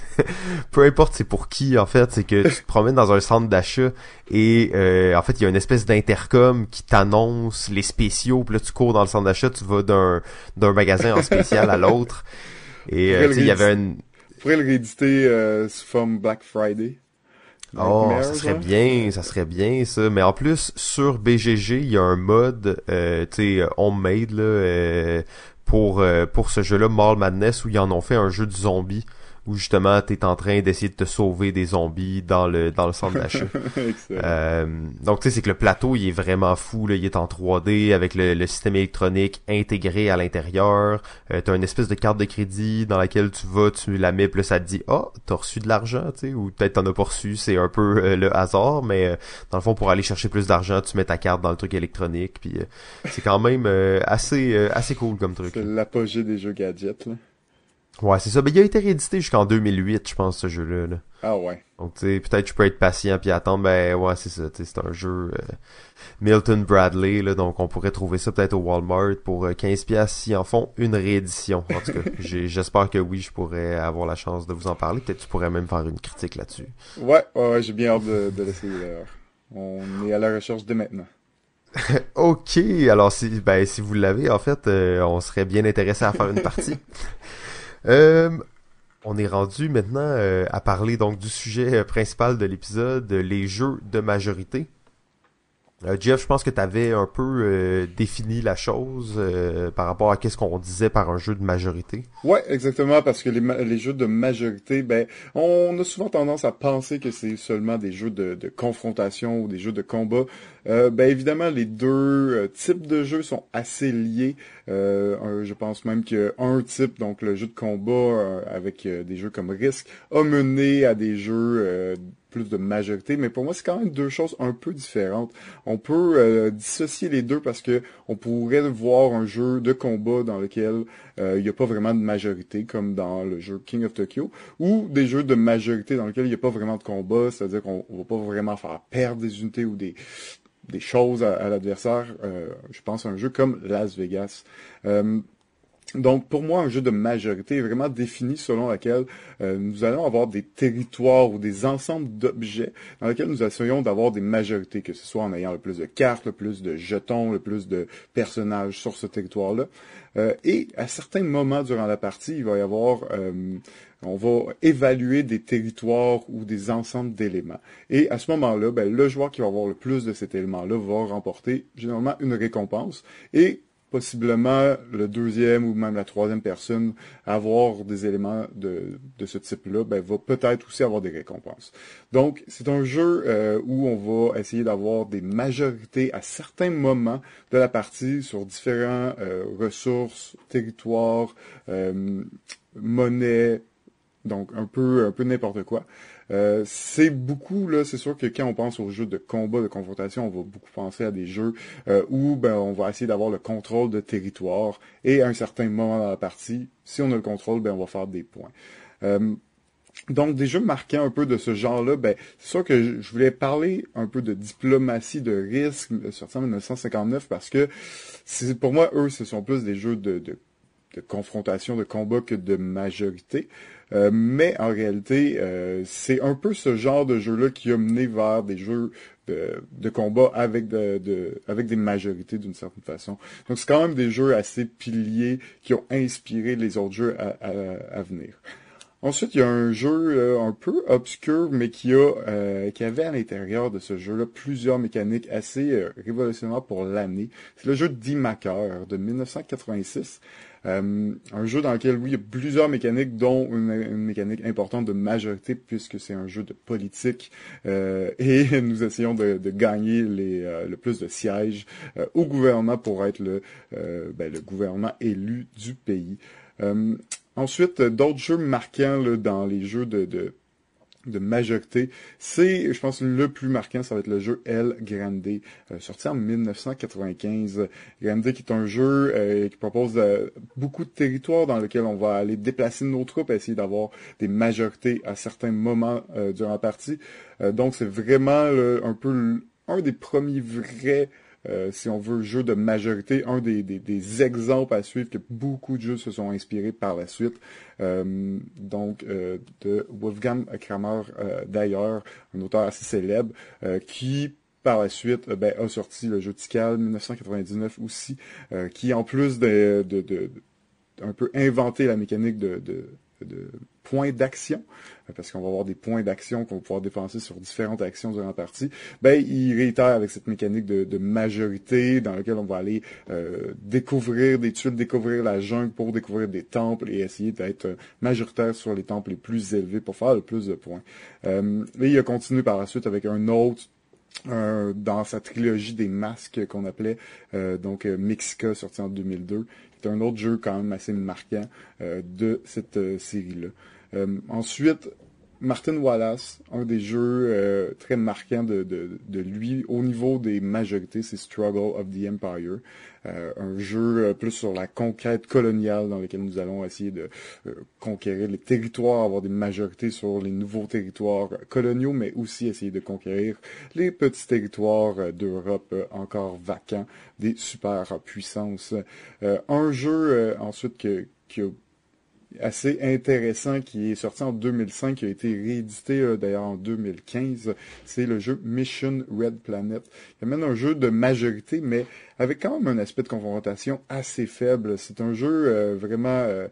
peu importe c'est pour qui en fait, c'est que tu te promènes dans un centre d'achat et euh, en fait il y a une espèce d'intercom qui t'annonce les spéciaux, puis là tu cours dans le centre d'achat, tu vas d'un d'un magasin en spécial à l'autre et euh, tu sais il y avait une on pourrait le rééditer euh, sous forme Black Friday. Oh, ça serait bien, ça serait bien ça. Mais en plus, sur B G G, il y a un mode, euh, tu sais, homemade là, euh, pour euh, pour ce jeu-là, Mall Madness, où ils en ont fait un jeu de zombies, où justement t'es en train d'essayer de te sauver des zombies dans le dans le centre d'achat. euh, donc tu sais, c'est que le plateau il est vraiment fou là, il est en trois D avec le, le système électronique intégré à l'intérieur. Euh, t'as une espèce de carte de crédit dans laquelle tu vas, tu la mets, puis là ça te dit ah oh, t'as reçu de l'argent, tu sais, ou peut-être t'en as pas reçu, c'est un peu euh, le hasard, mais euh, dans le fond pour aller chercher plus d'argent, tu mets ta carte dans le truc électronique, puis euh, c'est quand même euh, assez euh, assez cool comme truc. C'est l'apogée des jeux gadgets là. Ouais, c'est ça. Ben, il a été réédité jusqu'en deux mille huit, je pense, ce jeu-là. Là. Ah ouais. Donc, tu sais, peut-être je peux être patient puis attendre. Ben, ouais, c'est ça. Tu sais, c'est un jeu euh, Milton Bradley, là. Donc, on pourrait trouver ça peut-être au Walmart pour euh, quinze piastres s'ils en font une réédition. En tout cas, j'ai, j'espère que oui, je pourrais avoir la chance de vous en parler. Peut-être que tu pourrais même faire une critique là-dessus. Ouais, ouais, ouais j'ai bien hâte de, de l'essayer d'ailleurs. On est à la recherche dès maintenant. Ok, alors si, ben, si vous l'avez, en fait, euh, on serait bien intéressé à faire une partie. Euh, on est rendu maintenant euh, à parler donc du sujet principal de l'épisode, les jeux de majorité. Euh, Jeff, je pense que tu avais un peu euh, défini la chose euh, par rapport à qu'est-ce qu'on disait par un jeu de majorité. Ouais, exactement, parce que les, ma- les jeux de majorité, ben, on a souvent tendance à penser que c'est seulement des jeux de, de confrontation ou des jeux de combat. Euh, ben évidemment, les deux euh, types de jeux sont assez liés. Euh, un- je pense même qu'un type, donc le jeu de combat euh, avec euh, des jeux comme Risk, a mené à des jeux euh, plus de majorité, mais pour moi, c'est quand même deux choses un peu différentes. On peut euh, dissocier les deux parce que on pourrait voir un jeu de combat dans lequel euh, il n'y a pas vraiment de majorité, comme dans le jeu King of Tokyo, ou des jeux de majorité dans lesquels il n'y a pas vraiment de combat, c'est-à-dire qu'on ne va pas vraiment faire perdre des unités ou des, des choses à, à l'adversaire. Euh, je pense à un jeu comme Las Vegas. Euh, donc, pour moi, un jeu de majorité est vraiment défini selon lequel euh, nous allons avoir des territoires ou des ensembles d'objets dans lesquels nous essayons d'avoir des majorités, que ce soit en ayant le plus de cartes, le plus de jetons, le plus de personnages sur ce territoire-là. Euh, et à certains moments durant la partie, il va y avoir... Euh, on va évaluer des territoires ou des ensembles d'éléments. Et à ce moment-là, ben, le joueur qui va avoir le plus de cet élément-là va remporter généralement une récompense. Et possiblement le deuxième ou même la troisième personne à avoir des éléments de, de ce type-là, ben, va peut-être aussi avoir des récompenses. Donc, c'est un jeu euh, où on va essayer d'avoir des majorités à certains moments de la partie sur différents euh, ressources, territoires, euh, monnaies, donc un peu un peu n'importe quoi. Euh, c'est beaucoup, là, c'est sûr que quand on pense aux jeux de combat, de confrontation, on va beaucoup penser à des jeux euh, où ben, on va essayer d'avoir le contrôle de territoire et à un certain moment dans la partie, si on a le contrôle, ben, on va faire des points. Euh, donc, des jeux marquants un peu de ce genre-là, ben, c'est sûr que je, je voulais parler un peu de diplomatie de risque, euh, sorti en dix-neuf cent cinquante-neuf, parce que c'est, pour moi, eux, ce sont plus des jeux de, de de confrontation, de combat que de majorité. Euh, mais en réalité, euh, c'est un peu ce genre de jeu-là qui a mené vers des jeux de, de combat avec, de, de, avec des majorités d'une certaine façon. Donc c'est quand même des jeux assez piliers qui ont inspiré les autres jeux à, à, à venir. Ensuite, il y a un jeu euh, un peu obscur, mais qui a euh, qui avait à l'intérieur de ce jeu-là plusieurs mécaniques assez euh, révolutionnaires pour l'année. C'est le jeu D-Maker de mille neuf cent quatre-vingt-six. Euh, un jeu dans lequel, oui, il y a plusieurs mécaniques, dont une, une mécanique importante de majorité, puisque c'est un jeu de politique. Euh, et nous essayons de, de gagner les, euh, le plus de sièges euh, au gouvernement pour être le, euh, ben, le gouvernement élu du pays. Euh, Ensuite, d'autres jeux marquants là, dans les jeux de, de, de majorité, c'est, je pense, le plus marquant, ça va être le jeu El Grande, euh, sorti en mille neuf cent quatre-vingt-quinze. Grande qui est un jeu euh, qui propose euh, beaucoup de territoires dans lequel on va aller déplacer nos troupes, essayer d'avoir des majorités à certains moments euh, durant la partie. Euh, donc, c'est vraiment là, un peu un des premiers vrais euh, si on veut, jeu de majorité, un des, des, des exemples à suivre que beaucoup de jeux se sont inspirés par la suite. Euh, donc, euh, de Wolfgang Kramer, euh, d'ailleurs, un auteur assez célèbre, euh, qui par la suite euh, ben, a sorti le jeu Tikal mille neuf cent quatre-vingt-dix-neuf aussi, euh, qui en plus de, de, de, de un peu inventé la mécanique de, de, de points d'action, parce qu'on va avoir des points d'action qu'on va pouvoir dépenser sur différentes actions durant la partie, ben, il réitère avec cette mécanique de, de majorité dans laquelle on va aller euh, découvrir des tuiles, découvrir la jungle pour découvrir des temples et essayer d'être majoritaire sur les temples les plus élevés pour faire le plus de points. Euh, et il a continué par la suite avec un autre Euh, dans sa trilogie des masques qu'on appelait euh, donc euh, Mexica sorti en deux mille deux, qui est un autre jeu quand même assez marquant euh, de cette euh, série-là. Euh, ensuite, Martin Wallace, un des jeux euh, très marquants de, de, de lui au niveau des majorités, c'est Struggle of the Empire. Euh, un jeu euh, plus sur la conquête coloniale dans lequel nous allons essayer de euh, conquérir les territoires, avoir des majorités sur les nouveaux territoires coloniaux, mais aussi essayer de conquérir les petits territoires euh, d'Europe euh, encore vacants, des superpuissances. Euh, un jeu euh, ensuite que, qui a assez intéressant qui est sorti en deux mille cinq, qui a été réédité euh, d'ailleurs en deux mille quinze. C'est le jeu Mission Red Planet. Il y a même un jeu de majorité, mais avec quand même un aspect de confrontation assez faible. C'est un jeu euh, vraiment euh,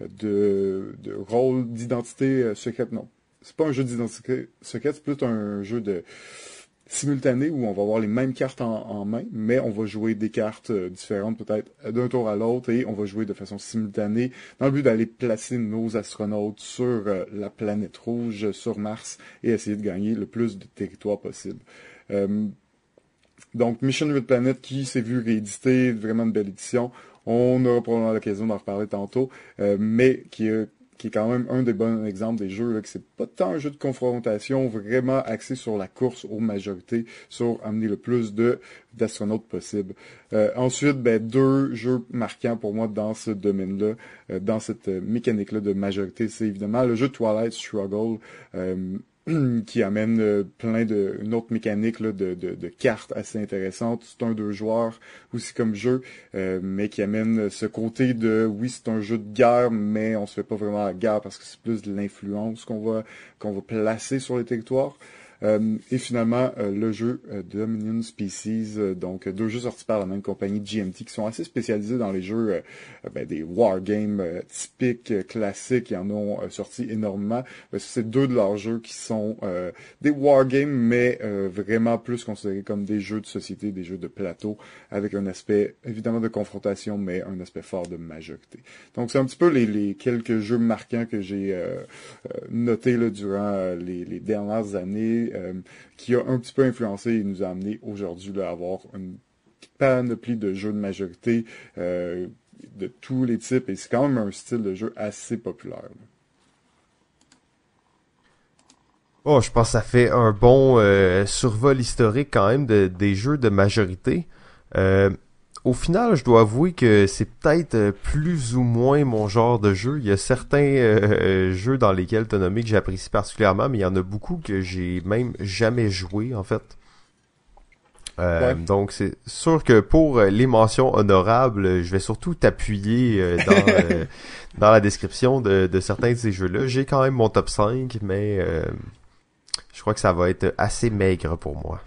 de, de rôle d'identité euh, secrète. Non, c'est pas un jeu d'identité secrète, c'est plutôt un jeu de simultané où on va avoir les mêmes cartes en, en main, mais on va jouer des cartes euh, différentes peut-être d'un tour à l'autre et on va jouer de façon simultanée dans le but d'aller placer nos astronautes sur euh, la planète rouge, sur Mars et essayer de gagner le plus de territoire possible. Euh, donc Mission Red Planet qui s'est vu réédité, vraiment une belle édition. On aura probablement l'occasion d'en reparler tantôt, euh, mais qui est qui est quand même un des bons exemples des jeux, là, que c'est pas tant un jeu de confrontation, vraiment axé sur la course aux majorités, sur amener le plus de d'astronautes possible. Euh, ensuite, ben, deux jeux marquants pour moi dans ce domaine-là, euh, dans cette euh, mécanique-là de majorité, c'est évidemment le jeu Twilight Struggle, euh, qui amène euh, plein de une autre mécanique là, de, de, de cartes assez intéressante. C'est un deux joueurs aussi comme jeu, euh, mais qui amène ce côté de oui, c'est un jeu de guerre, mais on se fait pas vraiment la guerre parce que c'est plus de l'influence qu'on va qu'on va placer sur les territoires. Euh, et finalement, euh, le jeu euh, Dominion Species, euh, donc euh, deux jeux sortis par la même compagnie G M T qui sont assez spécialisés dans les jeux euh, euh, ben, des wargames euh, typiques, euh, classiques, ils en ont euh, sorti énormément. Ben, c'est deux de leurs jeux qui sont euh, des wargames, mais euh, vraiment plus considérés comme des jeux de société, des jeux de plateau, avec un aspect évidemment de confrontation, mais un aspect fort de majorité. Donc c'est un petit peu les, les quelques jeux marquants que j'ai euh, euh, notés là, durant euh, les, les dernières années. Euh, qui a un petit peu influencé et nous a amené aujourd'hui là, à avoir une panoplie de jeux de majorité euh, de tous les types et c'est quand même un style de jeu assez populaire. Là. Oh, je pense que ça fait un bon euh, survol historique quand même de, des jeux de majorité. Euh, Au final, je dois avouer que c'est peut-être euh, plus ou moins mon genre de jeu. Il y a certains euh, jeux dans lesquels t'as nommé que j'apprécie particulièrement, mais il y en a beaucoup que j'ai même jamais joué en fait. Euh, Ouais. donc c'est sûr que pour euh, les mentions honorables, je vais surtout t'appuyer euh, dans euh, dans la description de, de certains de ces jeux-là. J'ai quand même mon top cinq, mais euh, je crois que ça va être assez maigre pour moi.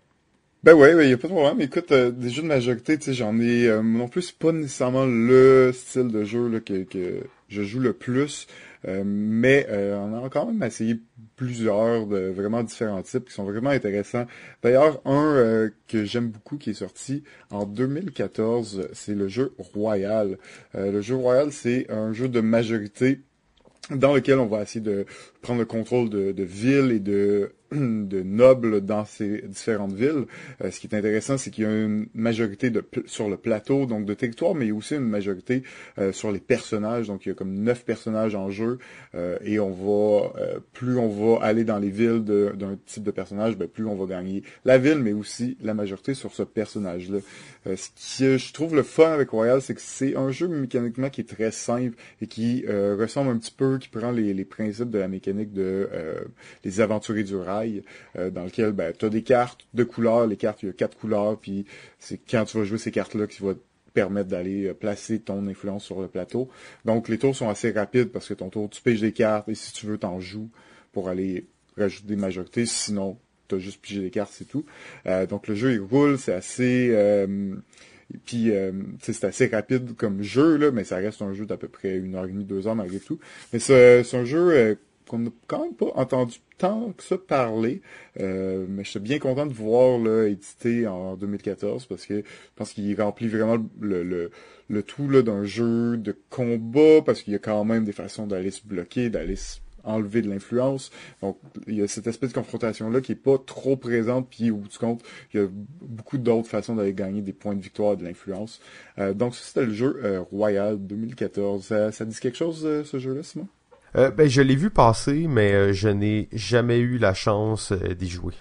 Ben ouais, il y a pas de problème. Écoute, euh, des jeux de majorité, tu sais, j'en ai euh, non plus c'est pas nécessairement le style de jeu là, que, que je joue le plus, euh, mais euh, on a quand même essayé plusieurs de vraiment différents types qui sont vraiment intéressants. D'ailleurs, un euh, que j'aime beaucoup qui est sorti en deux mille quatorze, c'est le jeu Royal. Euh, le jeu Royal, c'est un jeu de majorité dans lequel on va essayer de prendre le contrôle de, de villes et de, de nobles dans ces différentes villes. Euh, ce qui est intéressant, c'est qu'il y a une majorité de, sur le plateau, donc de territoire, mais il y a aussi une majorité euh, sur les personnages. Donc il y a comme neuf personnages en jeu euh, et on va, euh, plus on va aller dans les villes de- d'un type de personnage, ben, plus on va gagner la ville, mais aussi la majorité sur ce personnage-là. Euh, ce que je trouve le fun avec Royal, c'est que c'est un jeu mécaniquement qui est très simple et qui euh, ressemble un petit peu, qui prend les, les principes de la mécanique de euh, les aventuriers du rail, euh, dans lequel ben, tu as des cartes de couleurs, les cartes, il y a quatre couleurs, puis c'est quand tu vas jouer ces cartes-là qui va te permettre d'aller euh, placer ton influence sur le plateau. Donc les tours sont assez rapides parce que ton tour, tu piges des cartes et si tu veux, t'en joues pour aller rajouter des majorités, sinon t'as juste pigé des cartes, c'est tout. Euh, donc le jeu il roule, c'est assez euh, puis euh, c'est assez rapide comme jeu, là, mais ça reste un jeu d'à peu près une heure et demie, deux heures malgré tout. Mais c'est, c'est un jeu euh, qu'on n'a quand même pas entendu tant que ça parler. Euh, mais je suis bien content de voir là, édité en deux mille quatorze parce que je pense qu'il remplit vraiment le, le, le tout là, d'un jeu de combat parce qu'il y a quand même des façons d'aller se bloquer, d'aller se enlever de l'influence. Donc, il y a cette espèce de confrontation-là qui est pas trop présente, puis au bout du compte, il y a beaucoup d'autres façons d'aller gagner des points de victoire et de l'influence. Euh, donc, ça, c'était le jeu euh, Royal deux mille quatorze. Ça, ça dit quelque chose, euh, ce jeu-là, Simon? Euh, ben je l'ai vu passer, mais euh, je n'ai jamais eu la chance euh, d'y jouer.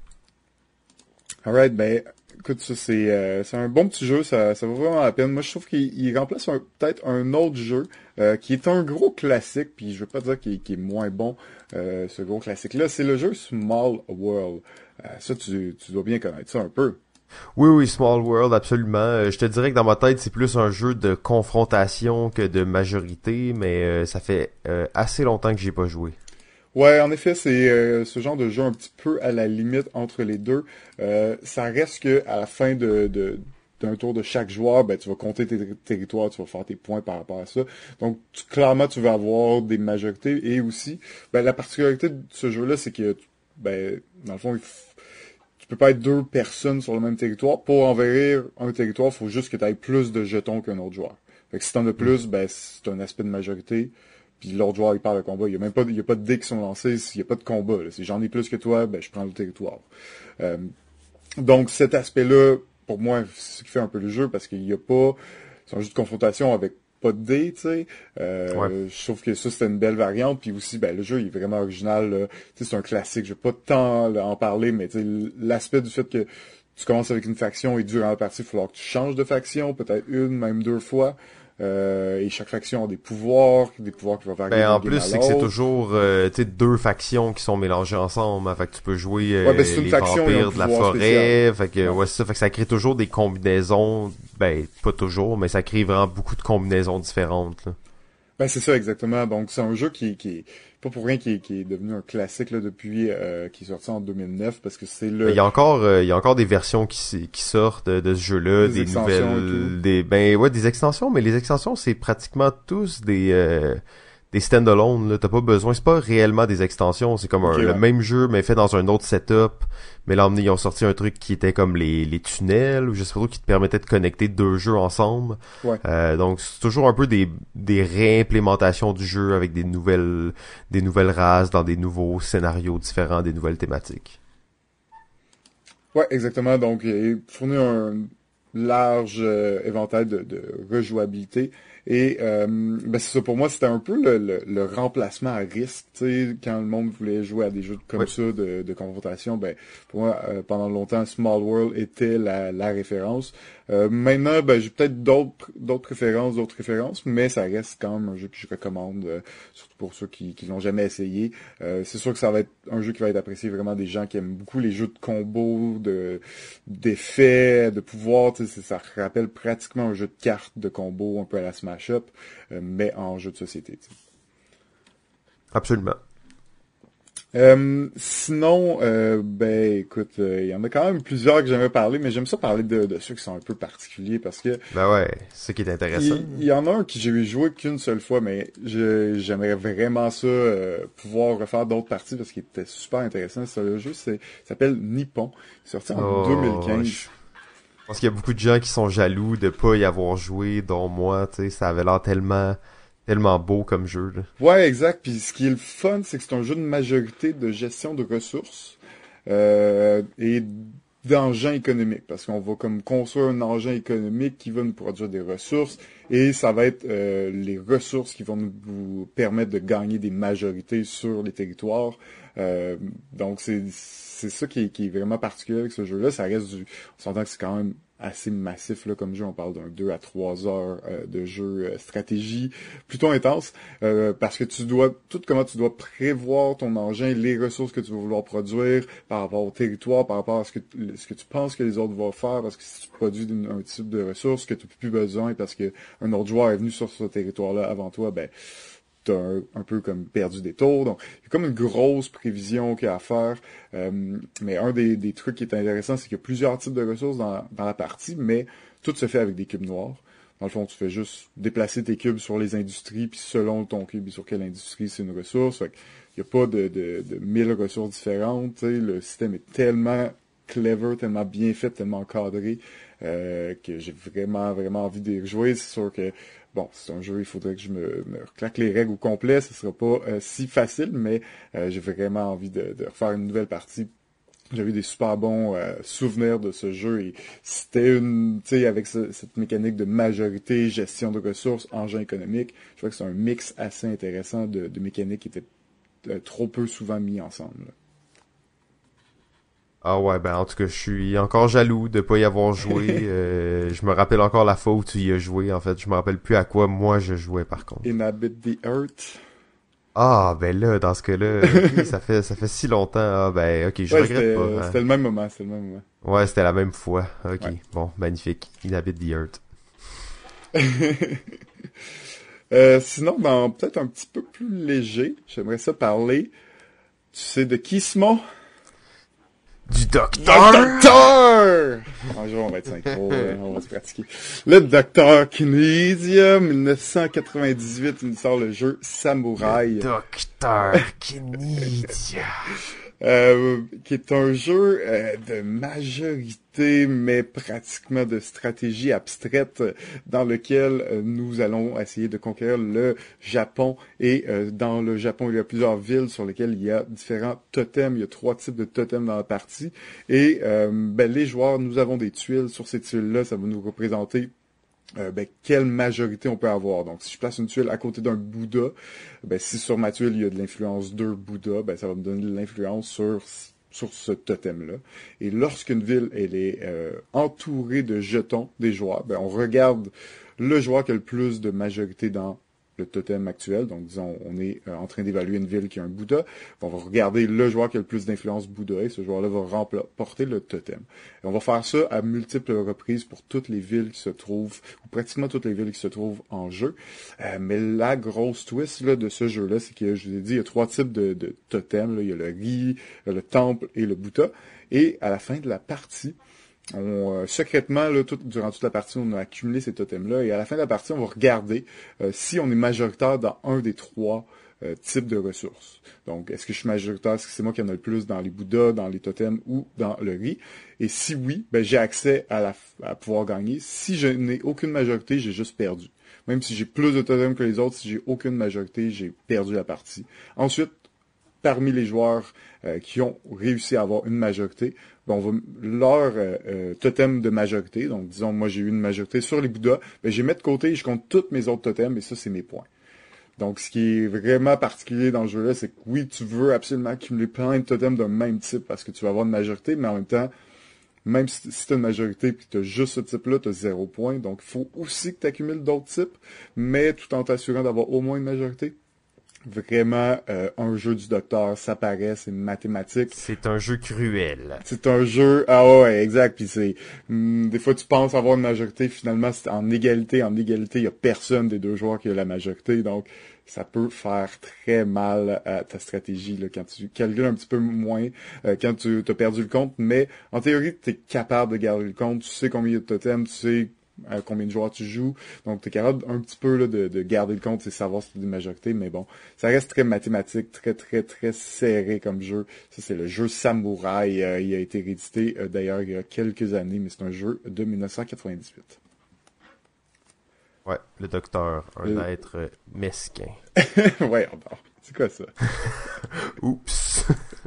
Alright, ben, écoute, ça, c'est euh, c'est un bon petit jeu, ça, ça vaut vraiment la peine. Moi, je trouve qu'il il remplace un- peut-être un autre jeu euh, qui est un gros classique, puis je veux pas dire qu'il qu'il est moins bon, euh, ce gros classique-là. C'est le jeu Small World. Euh, ça, tu, tu dois bien connaître ça un peu. Oui, oui, Small World, absolument. Euh, je te dirais que dans ma tête, c'est plus un jeu de confrontation que de majorité, mais euh, ça fait euh, assez longtemps que j'ai pas joué. Ouais, en effet, c'est euh, ce genre de jeu un petit peu à la limite entre les deux. Euh, ça reste que à la fin de, de d'un tour de chaque joueur, ben tu vas compter tes ter- territoires, tu vas faire tes points par rapport à ça. Donc tu- clairement, tu vas avoir des majorités et aussi, ben la particularité de ce jeu-là, c'est que ben dans le fond, il f- tu peux pas être deux personnes sur le même territoire. Pour envahir un territoire, il faut juste que tu aies plus de jetons qu'un autre joueur. Fait que si t'en as plus, ben c'est un aspect de majorité. Puis l'autre joueur, il parle de combat. Il y a même pas, il y a pas de dés qui sont lancés. Il y a pas de combat. Là. Si j'en ai plus que toi, ben je prends le territoire. Euh, donc cet aspect-là, pour moi, c'est ce qui fait un peu le jeu parce qu'il y a pas, c'est un jeu de confrontation avec pas de dés, tu sais. Euh, Ouais. Je trouve que ça, c'était une belle variante. Puis aussi, ben le jeu, il est vraiment original. Là. Tu sais, c'est un classique. Je vais pas tant là, en parler, mais tu sais, l'aspect du fait que tu commences avec une faction et durant la partie, il va falloir que tu changes de faction, peut-être une, même deux fois. Euh, et chaque faction a des pouvoirs, des pouvoirs qui vont varier Ben, en d'une game plus, à c'est que c'est l'autre. toujours, euh, tu sais, deux factions qui sont mélangées ensemble. Hein, fait que tu peux jouer euh, Ouais, ben, c'est une les faction et un vampires de la pouvoir forêt. spécial. Fait que, Ouais. ouais, c'est ça. Fait que ça crée toujours des combinaisons. Ben, pas toujours, mais ça crée vraiment beaucoup de combinaisons différentes, là. Ben c'est ça exactement. Donc c'est un jeu qui, qui est pas pour rien qui est, qui est devenu un classique là depuis euh, qui est sorti en deux mille neuf parce que c'est Mais le il y a encore, euh, il y a encore des versions qui, s- qui sortent de, de ce jeu-là, des des extensions et nouvelles, tout. des, ben, ouais, des extensions, mais les extensions, c'est pratiquement tous des, euh, des stand-alone, là. T'as pas besoin, c'est pas réellement des extensions, c'est comme Ok, un, le ouais. même jeu, mais fait dans un autre setup. Mais là, ils ont sorti un truc qui était comme les, les tunnels, ou je sais pas trop, qui te permettait de connecter deux jeux ensemble. Ouais. Euh, donc, c'est toujours un peu des, des réimplémentations du jeu avec des nouvelles, des nouvelles races dans des nouveaux scénarios différents, des nouvelles thématiques. Ouais, exactement. Donc il fournit un large euh, éventail de, de rejouabilité. Et euh, ben c'est ça pour moi, c'était un peu le, le, le remplacement à risque. Tu sais, quand le monde voulait jouer à des jeux comme Oui. ça de, de confrontation, ben pour moi, euh, pendant longtemps, Small World était la, la référence. Euh, maintenant, ben j'ai peut-être d'autres d'autres références, d'autres références, mais ça reste quand même un jeu que je recommande, euh, surtout pour ceux qui, qui l'ont jamais essayé. Euh, c'est sûr que ça va être un jeu qui va être apprécié vraiment des gens qui aiment beaucoup les jeux de combo, de d'effets, de pouvoir. Tu sais, ça rappelle pratiquement un jeu de cartes de combo, un peu à la Smash Up, euh, mais en jeu de société. Tu sais. Absolument. Euh, sinon, euh, ben écoute, il y en a quand même plusieurs que j'aimerais parler, mais j'aime ça parler de, de ceux qui sont un peu particuliers parce que Ben ouais, c'est ça qui est intéressant. il, il y en a un qui j'ai joué qu'une seule fois, mais je, j'aimerais vraiment ça euh, pouvoir refaire d'autres parties parce qu'il était super intéressant. C'est le jeu, c'est ça s'appelle Nippon, il est sorti en Oh, deux mille quinze. je pense qu'il y a beaucoup de gens qui sont jaloux de pas y avoir joué, dont moi, tu sais, ça avait l'air tellement, tellement beau comme jeu, là. Ouais, exact. Puis ce qui est le fun, c'est que c'est un jeu de majorité de gestion de ressources euh, et d'engins économiques. Parce qu'on va comme construire un engin économique qui va nous produire des ressources et ça va être euh, les ressources qui vont nous vous permettre de gagner des majorités sur les territoires. Euh, donc c'est c'est ça qui est, qui est vraiment particulier avec ce jeu-là. Ça reste du, on s'entend que c'est quand même assez massif là comme jeu. On parle d'un deux à trois heures euh, de jeu euh, stratégie plutôt intense euh, parce que tu dois tout comment tu dois prévoir ton engin, les ressources que tu vas vouloir produire par rapport au territoire, par rapport à ce que ce que tu penses que les autres vont faire parce que si tu produis une, un type de ressources que tu n'as plus besoin parce que un autre joueur est venu sur ce territoire-là avant toi, ben t'as un, un peu comme perdu des tours. Donc, il y a comme une grosse prévision qu'il y a à faire. Euh, mais un des, des trucs qui est intéressant, c'est qu'il y a plusieurs types de ressources dans, dans la partie, mais tout se fait avec des cubes noirs. Dans le fond, tu fais juste déplacer tes cubes sur les industries, puis selon ton cube et sur quelle industrie c'est une ressource. Fait qu'il n'y a pas de, de, de mille ressources différentes. T'sais. Le système est tellement clever, tellement bien fait, tellement encadré, euh, que j'ai vraiment, vraiment envie de rejouer. C'est sûr que bon, c'est un jeu, il faudrait que je me, me claque les règles au complet, ce sera pas euh, si facile, mais euh, j'ai vraiment envie de, de refaire une nouvelle partie. J'avais des super bons euh, souvenirs de ce jeu et c'était une, tu sais, avec ce, cette mécanique de majorité, gestion de ressources, engin économique, je crois que c'est un mix assez intéressant de, de mécaniques qui étaient euh, trop peu souvent mis ensemble. Là. Ah ouais, ben en tout cas, je suis encore jaloux de pas y avoir joué. Euh, je me rappelle encore la fois où tu y as joué, en fait. Je me rappelle plus à quoi moi je jouais, par contre. Inhabit the Earth. Ah, ben là, dans ce cas-là, ok, ça fait ça fait si longtemps. Ah ben, ok, je Ouais, regrette c'était, pas. Hein. c'était le même moment, c'était le même moment. Ouais, c'était la même fois. Ok, Ouais. bon, magnifique. Inhabit the Earth. euh, sinon, dans peut-être un petit peu plus léger, j'aimerais ça parler, tu sais, de Kismo. Du Le docteur! docteur! Un jour, on va être synchro, euh, on va se pratiquer. Le docteur Kinesia, dix-neuf cent quatre-vingt-dix-huit, il nous sort le jeu Samouraï. Docteur Kinedia. euh, qui est un jeu euh, de majorité, mais pratiquement de stratégie abstraite, dans lequel euh, nous allons essayer de conquérir le Japon. Et euh, dans le Japon, il y a plusieurs villes sur lesquelles il y a différents totems. Il y a trois types de totems dans la partie. Et euh, ben, les joueurs, nous avons des tuiles. Sur ces tuiles-là, ça va nous représenter Euh, ben, quelle majorité on peut avoir. Donc, si je place une tuile à côté d'un Bouddha, ben, si sur ma tuile, il y a de l'influence deux Bouddha, ben, ça va me donner de l'influence sur, sur ce totem-là. Et lorsqu'une ville, elle est euh, entourée de jetons des joueurs, ben, on regarde le joueur qui a le plus de majorité dans le totem actuel. Donc, disons, on est euh, en train d'évaluer une ville qui a un Bouddha. On va regarder le joueur qui a le plus d'influence Bouddha et ce joueur-là va remporter le totem. Et on va faire ça à multiples reprises pour toutes les villes qui se trouvent, ou pratiquement toutes les villes qui se trouvent en jeu. Euh, mais la grosse twist là, de ce jeu-là, c'est que, je vous ai dit, il y a trois types de, de totems. Là. Il y a le riz, le temple et le Bouddha. Et à la fin de la partie, On, euh, secrètement, là, tout, durant toute la partie, on a accumulé ces totems-là. Et à la fin de la partie, on va regarder euh, si on est majoritaire dans un des trois euh, types de ressources. Donc, est-ce que je suis majoritaire? Est-ce que c'est moi qui en ai le plus dans les Bouddhas, dans les totems ou dans le riz? Et si oui, ben, j'ai accès à, la, à pouvoir gagner. Si je n'ai aucune majorité, j'ai juste perdu. Même si j'ai plus de totems que les autres, si j'ai aucune majorité, j'ai perdu la partie. Ensuite, parmi les joueurs euh, qui ont réussi à avoir une majorité, ben on va leur euh, euh, totem de majorité, donc disons moi j'ai eu une majorité sur les Bouddhas, ben je les mets de côté et je compte tous mes autres totems et ça c'est mes points. Donc ce qui est vraiment particulier dans le jeu-là, c'est que oui, tu veux absolument accumuler plein de totems d'un même type parce que tu vas avoir une majorité, mais en même temps, même si, si tu as une majorité et que tu as juste ce type-là, tu as zéro point. Donc il faut aussi que tu accumules d'autres types, mais tout en t'assurant d'avoir au moins une majorité. Vraiment, euh, un jeu du docteur, ça paraît, c'est mathématique. C'est un jeu cruel. C'est un jeu, ah ouais, exact, puis c'est, hum, des fois tu penses avoir une majorité, finalement c'est en égalité, en égalité, il y a personne des deux joueurs qui a la majorité, donc ça peut faire très mal à ta stratégie, là, quand tu calcules un petit peu moins, euh, quand tu as perdu le compte, mais en théorie, tu es capable de garder le compte, tu sais combien il y a de totems, tu sais à combien de joueurs tu joues. Donc, tu es capable un petit peu là, de, de garder le compte et savoir si tu as des majorités. Mais bon, ça reste très mathématique, très, très, très serré comme jeu. Ça, c'est le jeu Samouraï. Euh, il a été réédité euh, d'ailleurs il y a quelques années, mais c'est un jeu de dix-neuf cent quatre-vingt-dix-huit. Ouais, le docteur, un le... être mesquin. Ouais, bon, c'est quoi ça? Oups.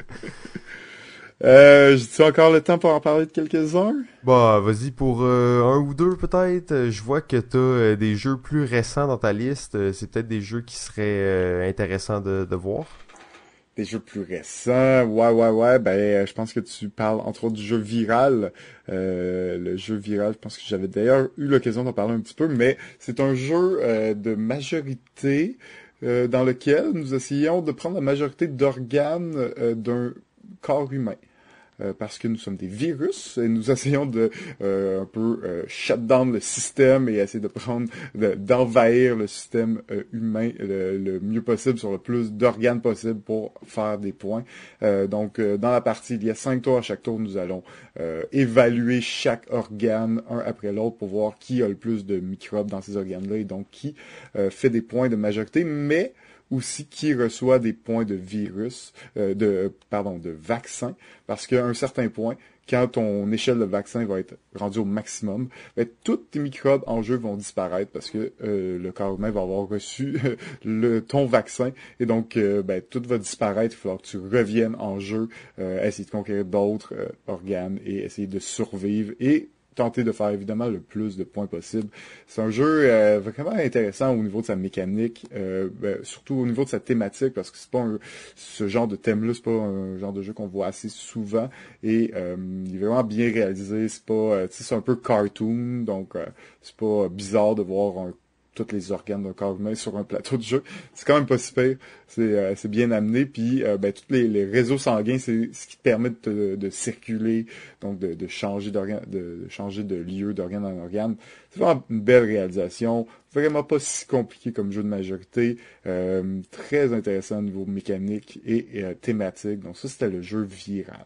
Euh, j'ai-tu encore le temps pour en parler de quelques-uns? Bah, vas-y pour euh, un ou deux peut-être. Je vois que t'as euh, des jeux plus récents dans ta liste. C'est peut-être des jeux qui seraient euh, intéressants de, de voir. Des jeux plus récents, ouais, ouais, ouais. Ben, je pense que tu parles entre autres du jeu Viral. Euh, le jeu Viral, je pense que j'avais d'ailleurs eu l'occasion d'en parler un petit peu, mais c'est un jeu euh, de majorité euh, dans lequel nous essayons de prendre la majorité d'organes euh, d'un corps humain. Euh, parce que nous sommes des virus et nous essayons de euh, un peu euh, shut down le système et essayer de prendre, de, d'envahir le système euh, humain le, le mieux possible sur le plus d'organes possible pour faire des points. Euh, donc, euh, dans la partie, il y a cinq tours. À chaque tour, nous allons euh, évaluer chaque organe un après l'autre pour voir qui a le plus de microbes dans ces organes-là et donc qui euh, fait des points de majorité, mais aussi qui reçoit des points de virus, euh, de pardon, de vaccin, parce qu'à un certain point, quand ton échelle de vaccin va être rendue au maximum, ben, tous tes microbes en jeu vont disparaître parce que euh, le corps humain va avoir reçu le ton vaccin et donc euh, ben, tout va disparaître. Il va falloir que tu reviennes en jeu, euh, essayer de conquérir d'autres euh, organes et essayer de survivre et tenter de faire évidemment le plus de points possible. C'est un jeu euh, vraiment intéressant au niveau de sa mécanique, euh, ben, surtout au niveau de sa thématique, parce que c'est pas un, ce genre de thème-là, c'est pas un genre de jeu qu'on voit assez souvent, et euh, il est vraiment bien réalisé. C'est pas, euh, tu sais, c'est un peu cartoon, donc euh, c'est pas bizarre de voir un tous les organes d'un corps humain sur un plateau de jeu. C'est quand même pas si pire. C'est, euh, c'est bien amené. Puis, euh, ben, tous les, les réseaux sanguins, c'est ce qui te permet de, te, de circuler, donc de, de changer d'organe, de, de changer de lieu d'organe en organe. C'est vraiment une belle réalisation. Vraiment pas si compliqué comme jeu de majorité. Euh, très intéressant au niveau mécanique et, et euh, thématique. Donc ça, c'était le jeu Viral.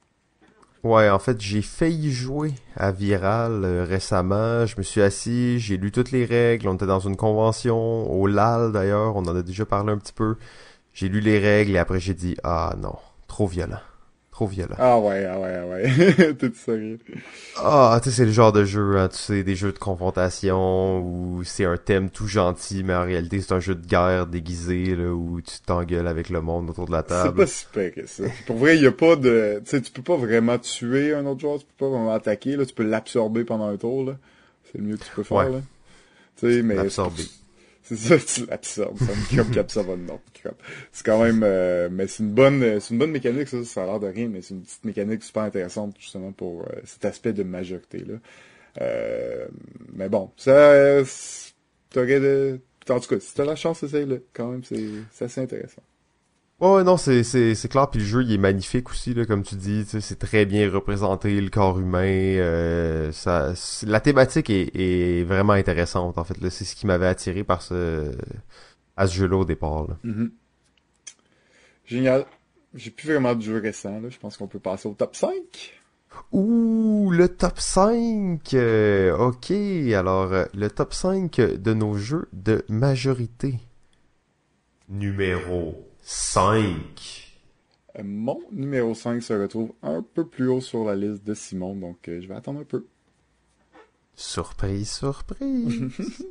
Ouais, en fait, j'ai failli jouer à Viral euh, récemment. Je me suis assis, j'ai lu toutes les règles. On était dans une convention, au L A L d'ailleurs, on en a déjà parlé un petit peu. J'ai lu les règles et après j'ai dit « Ah non, trop violent. » Trop violent. Ah ouais, ah ouais, ah ouais. T'es sérieux? Ah, tu sais, c'est le genre de jeu, hein, tu sais, des jeux de confrontation où c'est un thème tout gentil, mais en réalité, c'est un jeu de guerre déguisé, là, où tu t'engueules avec le monde autour de la C'est pas table. si pire que ça. Pour vrai, il y a pas de... Tu sais, tu peux pas vraiment tuer un autre joueur, tu peux pas vraiment attaquer, là. Tu peux l'absorber pendant un tour, là. C'est le mieux que tu peux faire, Ouais, là. Tu sais, mais... c'est l'absorber. c'est ça, tu l'absorbes. C'est un microbe qui absorbe un autre microbe. C'est quand même... euh, mais c'est une bonne c'est une bonne mécanique, ça. Ça a l'air de rien, mais c'est une petite mécanique super intéressante, justement, pour euh, cet aspect de majorité, là. Euh, mais bon, ça... c'est- T'aurais de... En tout cas, si t'as la chance, essaye-le. Quand même, c'est c'est assez intéressant. Ouais, ouais, non, c'est, c'est, c'est clair, puis le jeu, il est magnifique aussi, là, comme tu dis, tu sais, c'est très bien représenté, le corps humain, euh, ça, c'est- la thématique est, est vraiment intéressante, en fait, là, c'est ce qui m'avait attiré par ce, à ce jeu-là au départ, là. Mhm. Génial. J'ai plus vraiment de jeux récents, là. Je pense qu'on peut passer au top cinq. Ouh, le top cinq. euh, ok, alors, euh, le top cinq de nos jeux de majorité. Numéro cinq. Euh, mon numéro cinq se retrouve un peu plus haut sur la liste de Simon, donc euh, je vais attendre un peu. Surprise, surprise.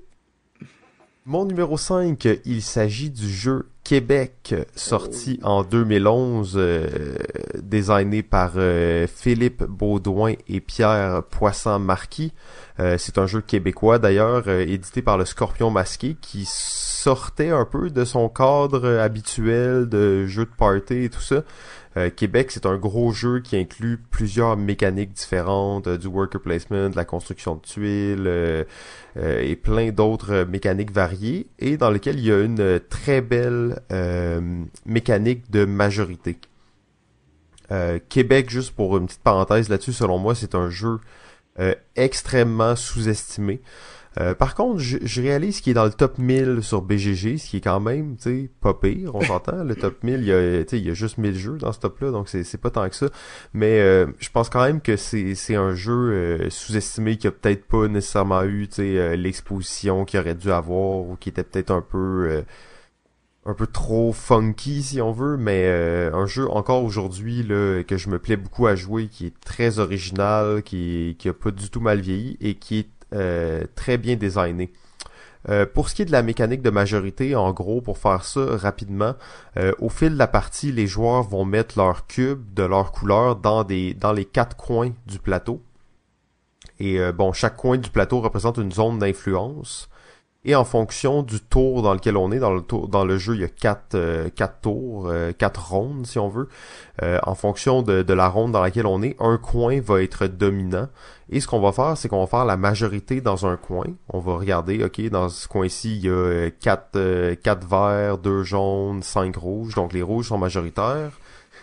Mon numéro cinq, il s'agit du jeu Québec, sorti Oh. en deux mille onze, euh, designé par euh, Philippe Baudouin et Pierre Poisson-Marquis. Euh, c'est un jeu québécois d'ailleurs, euh, édité par le Scorpion Masqué, qui sortait un peu de son cadre habituel de jeu de party et tout ça. Euh, Québec, c'est un gros jeu qui inclut plusieurs mécaniques différentes, euh, du worker placement, de la construction de tuiles, euh, euh, et plein d'autres euh, mécaniques variées, et dans lequel il y a une euh, très belle euh, mécanique de majorité. Euh, Québec, juste pour une petite parenthèse là-dessus, selon moi, c'est un jeu euh, extrêmement sous-estimé. Euh, par contre, je, je réalise qu'il est dans le top mille sur B G G, ce qui est quand même, tu sais, pas pire, on s'entend. Le top mille, il y a, tu sais, il y a juste mille jeux dans ce top-là, donc c'est, c'est pas tant que ça. Mais euh, je pense quand même que c'est, c'est un jeu euh, sous-estimé qui a peut-être pas nécessairement eu, tu sais, euh, l'exposition qu'il aurait dû avoir, ou qui était peut-être un peu... euh, un peu trop funky si on veut, mais euh, un jeu encore aujourd'hui là que je me plais beaucoup à jouer, qui est très original, qui qui a pas du tout mal vieilli et qui est euh, très bien designé. Euh, pour ce qui est de la mécanique de majorité, en gros, pour faire ça rapidement, euh, au fil de la partie, les joueurs vont mettre leur cube de leur couleur dans des dans les quatre coins du plateau. Et euh, bon, chaque coin du plateau représente une zone d'influence. Et en fonction du tour dans lequel on est, dans le tour, dans le jeu, il y a quatre, euh, quatre tours, euh, quatre rondes si on veut. Euh, en fonction de, de la ronde dans laquelle on est, un coin va être dominant. Et ce qu'on va faire, c'est qu'on va faire la majorité dans un coin. On va regarder, ok, dans ce coin-ci, il y a euh, quatre, euh, quatre verts, deux jaunes, cinq rouges. Donc les rouges sont majoritaires.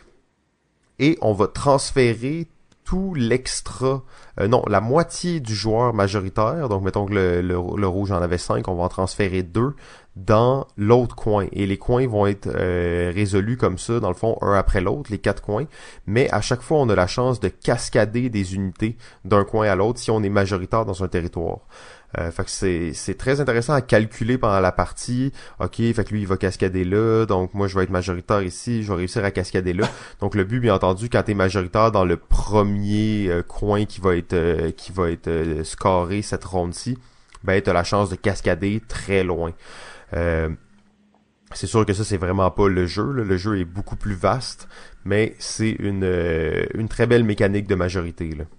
Et on va transférer tout l'extra, euh, non, la moitié du joueur majoritaire, donc mettons que le, le, le rouge en avait cinq, on va en transférer deux dans l'autre coin. Et les coins vont être euh, résolus comme ça, dans le fond, un après l'autre, les quatre coins. Mais à chaque fois, on a la chance de cascader des unités d'un coin à l'autre si on est majoritaire dans un territoire. Euh, fait que c'est c'est très intéressant à calculer pendant la partie. Ok, fait que lui il va cascader là, donc moi je vais être majoritaire ici, je vais réussir à cascader là. Donc le but bien entendu quand t'es majoritaire dans le premier euh, coin qui va être euh, qui va être euh, scoré cette ronde-ci, ben t'as la chance de cascader très loin. Euh, c'est sûr que ça c'est vraiment pas le jeu, là. Le jeu est beaucoup plus vaste, mais c'est une euh, une très belle mécanique de majorité là.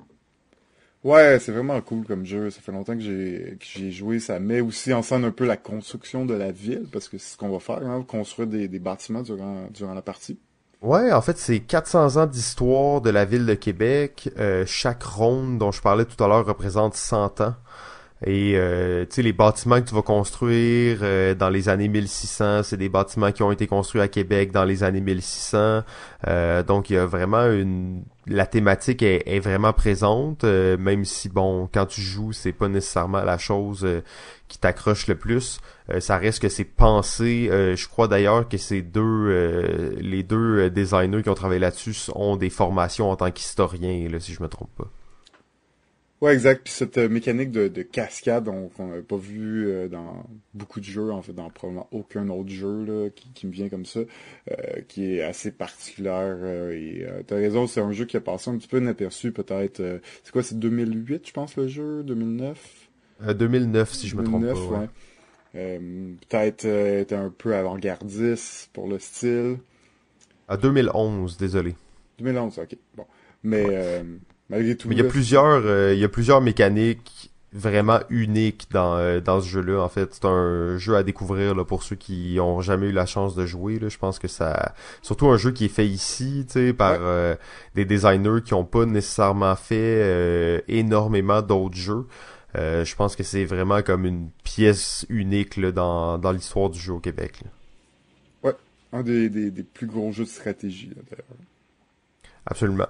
Ouais, c'est vraiment cool comme jeu. Ça fait longtemps que j'ai que j'y ai joué. Ça met aussi en scène un peu la construction de la ville, parce que c'est ce qu'on va faire, hein, construire des, des bâtiments durant, durant la partie. Ouais, en fait, c'est quatre cents ans d'histoire de la ville de Québec. Euh, chaque ronde dont je parlais tout à l'heure représente cent ans. Et euh, tu sais, les bâtiments que tu vas construire euh, dans les années mille six cents, c'est des bâtiments qui ont été construits à Québec dans les années mille six cents. Euh, donc il y a vraiment une... La thématique est, est vraiment présente, euh, même si bon, quand tu joues, c'est pas nécessairement la chose euh, qui t'accroche le plus. Euh, ça reste que c'est pensé. Euh, je crois d'ailleurs que ces deux, euh, les deux euh, designers qui ont travaillé là-dessus ont des formations en tant qu'historiens, là, si je me trompe pas. Ouais, exact. Puis cette euh, mécanique de, de cascade on- qu'on n'avait pas vu euh, dans beaucoup de jeux, en fait, dans probablement aucun autre jeu là, qui, qui me vient comme ça, euh, qui est assez particulière. Euh, et euh, t'as raison, c'est un jeu qui a passé un petit peu inaperçu, peut-être. Euh, c'est quoi, c'est deux mille huit, je pense, le jeu, deux mille neuf? Euh, deux mille neuf, si je me trompe pas, deux mille neuf, ouais. ouais. Euh, peut-être euh, était un peu avant-gardiste pour le style. À deux mille onze, désolé. deux mille onze, ok. Bon. Mais Ouais. euh, malgré tout, Mais il y a là, plusieurs, euh, il y a plusieurs mécaniques vraiment uniques dans, euh, dans ce jeu-là. En fait, c'est un jeu à découvrir là, pour ceux qui ont jamais eu la chance de jouer. Là. Je pense que ça, surtout un jeu qui est fait ici, tu sais, par ouais, euh, des designers qui ont pas nécessairement fait euh, énormément d'autres jeux. Euh, je pense que c'est vraiment comme une pièce unique là, dans, dans l'histoire du jeu au Québec. Là. ouais, un des, des, des plus gros jeux de stratégie, là, d'ailleurs. Absolument.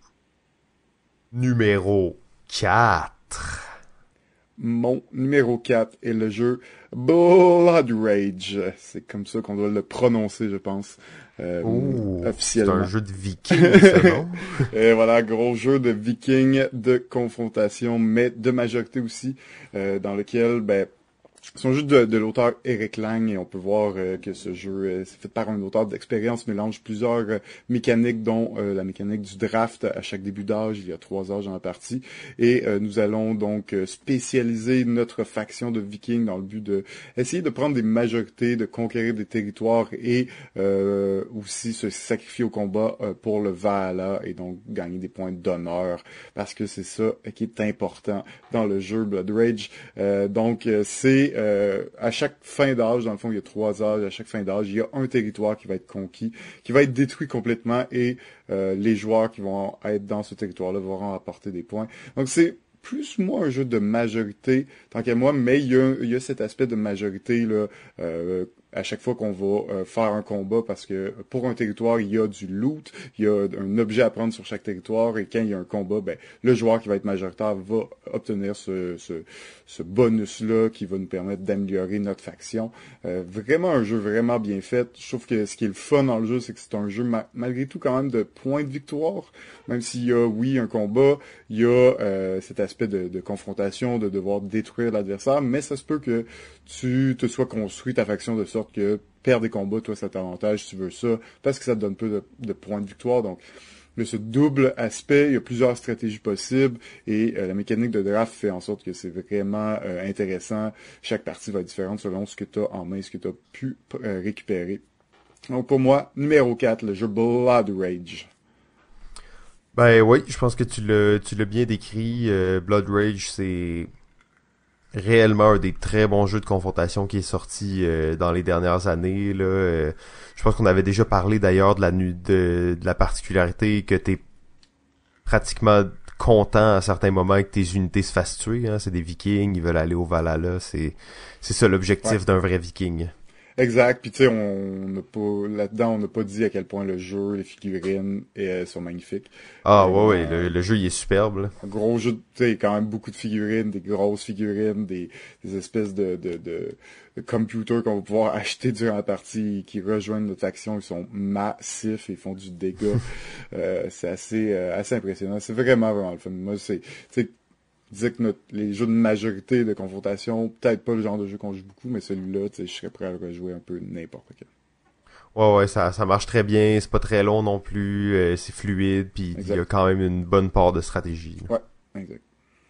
Numéro quatre. Mon numéro quatre est le jeu Blood Rage. C'est comme ça qu'on doit le prononcer, je pense, euh, Oh, c'est un officiellement. jeu de viking, ça, non? Et voilà, gros jeu de viking, de confrontation, mais de majorité aussi, euh, dans lequel, ben, c'est un jeu de, de l'auteur Eric Lang et on peut voir euh, que ce jeu, euh, c'est fait par un auteur d'expérience, mélange plusieurs euh, mécaniques, dont euh, la mécanique du draft à chaque début d'âge. Il y a trois âges dans la partie. Et euh, nous allons donc euh, spécialiser notre faction de vikings dans le but de essayer de prendre des majorités, de conquérir des territoires et euh, aussi se sacrifier au combat euh, pour le Valhalla et donc gagner des points d'honneur parce que c'est ça qui est important dans le jeu Blood Rage. Euh, donc euh, c'est Euh, à chaque fin d'âge, dans le fond, il y a trois âges, à chaque fin d'âge, il y a un territoire qui va être conquis, qui va être détruit complètement et euh, les joueurs qui vont être dans ce territoire-là vont apporter des points. Donc c'est plus ou moins un jeu de majorité, tant qu'à moi, mais il y a, il y a cet aspect de majorité là, euh, à chaque fois qu'on va euh, faire un combat, parce que pour un territoire, il y a du loot, il y a un objet à prendre sur chaque territoire, et quand il y a un combat, ben, le joueur qui va être majoritaire va obtenir ce, ce, ce bonus-là qui va nous permettre d'améliorer notre faction. Euh, vraiment un jeu vraiment bien fait. Je trouve que ce qui est le fun dans le jeu, c'est que c'est un jeu ma- malgré tout quand même de points de victoire, même s'il y a, oui, un combat, il y a euh, cet aspect de, de confrontation, de devoir détruire l'adversaire, mais ça se peut que tu te sois construit ta faction de sorte que perdre des combats, toi, ça t'avantage, tu veux ça, parce que ça te donne peu de, de points de victoire. Donc, il y a ce double aspect, il y a plusieurs stratégies possibles, et euh, la mécanique de draft fait en sorte que c'est vraiment euh, intéressant. Chaque partie va être différente selon ce que tu as en main, ce que tu as pu euh, récupérer. Donc, pour moi, numéro quatre, le jeu Blood Rage. Ben oui, je pense que tu l'as tu l'as bien décrit. Euh, Blood Rage, c'est réellement un des très bons jeux de confrontation qui est sorti euh, dans les dernières années. Là. Euh, je pense qu'on avait déjà parlé d'ailleurs de la nu- de, de la particularité que t'es pratiquement content à certains moments que tes unités se fassent tuer. Hein. C'est des vikings, ils veulent aller au Valhalla. C'est c'est ça l'objectif Ouais. d'un vrai viking. Exact, puis tu sais, on n'a pas là-dedans, on n'a pas dit à quel point le jeu, les figurines euh, sont magnifiques. Ah ouais, Vraiment, ouais, le, le jeu il est superbe. Là. un gros jeu, tu sais, quand même beaucoup de figurines, des grosses figurines, des, des espèces de, de, de, de computers qu'on va pouvoir acheter durant la partie qui rejoignent notre action. Ils sont massifs et font du dégât. euh, c'est assez, euh, assez impressionnant. C'est vraiment, vraiment le fun. Moi, c'est, tu sais, disais que notre, les jeux de majorité de confrontation, peut-être pas le genre de jeu qu'on joue beaucoup, mais celui-là, tu sais, je serais prêt à le rejouer un peu n'importe quel. Ouais, ouais, ça, ça marche très bien, c'est pas très long non plus, euh, c'est fluide, puis il y a quand même une bonne part de stratégie. Là. Ouais, exact.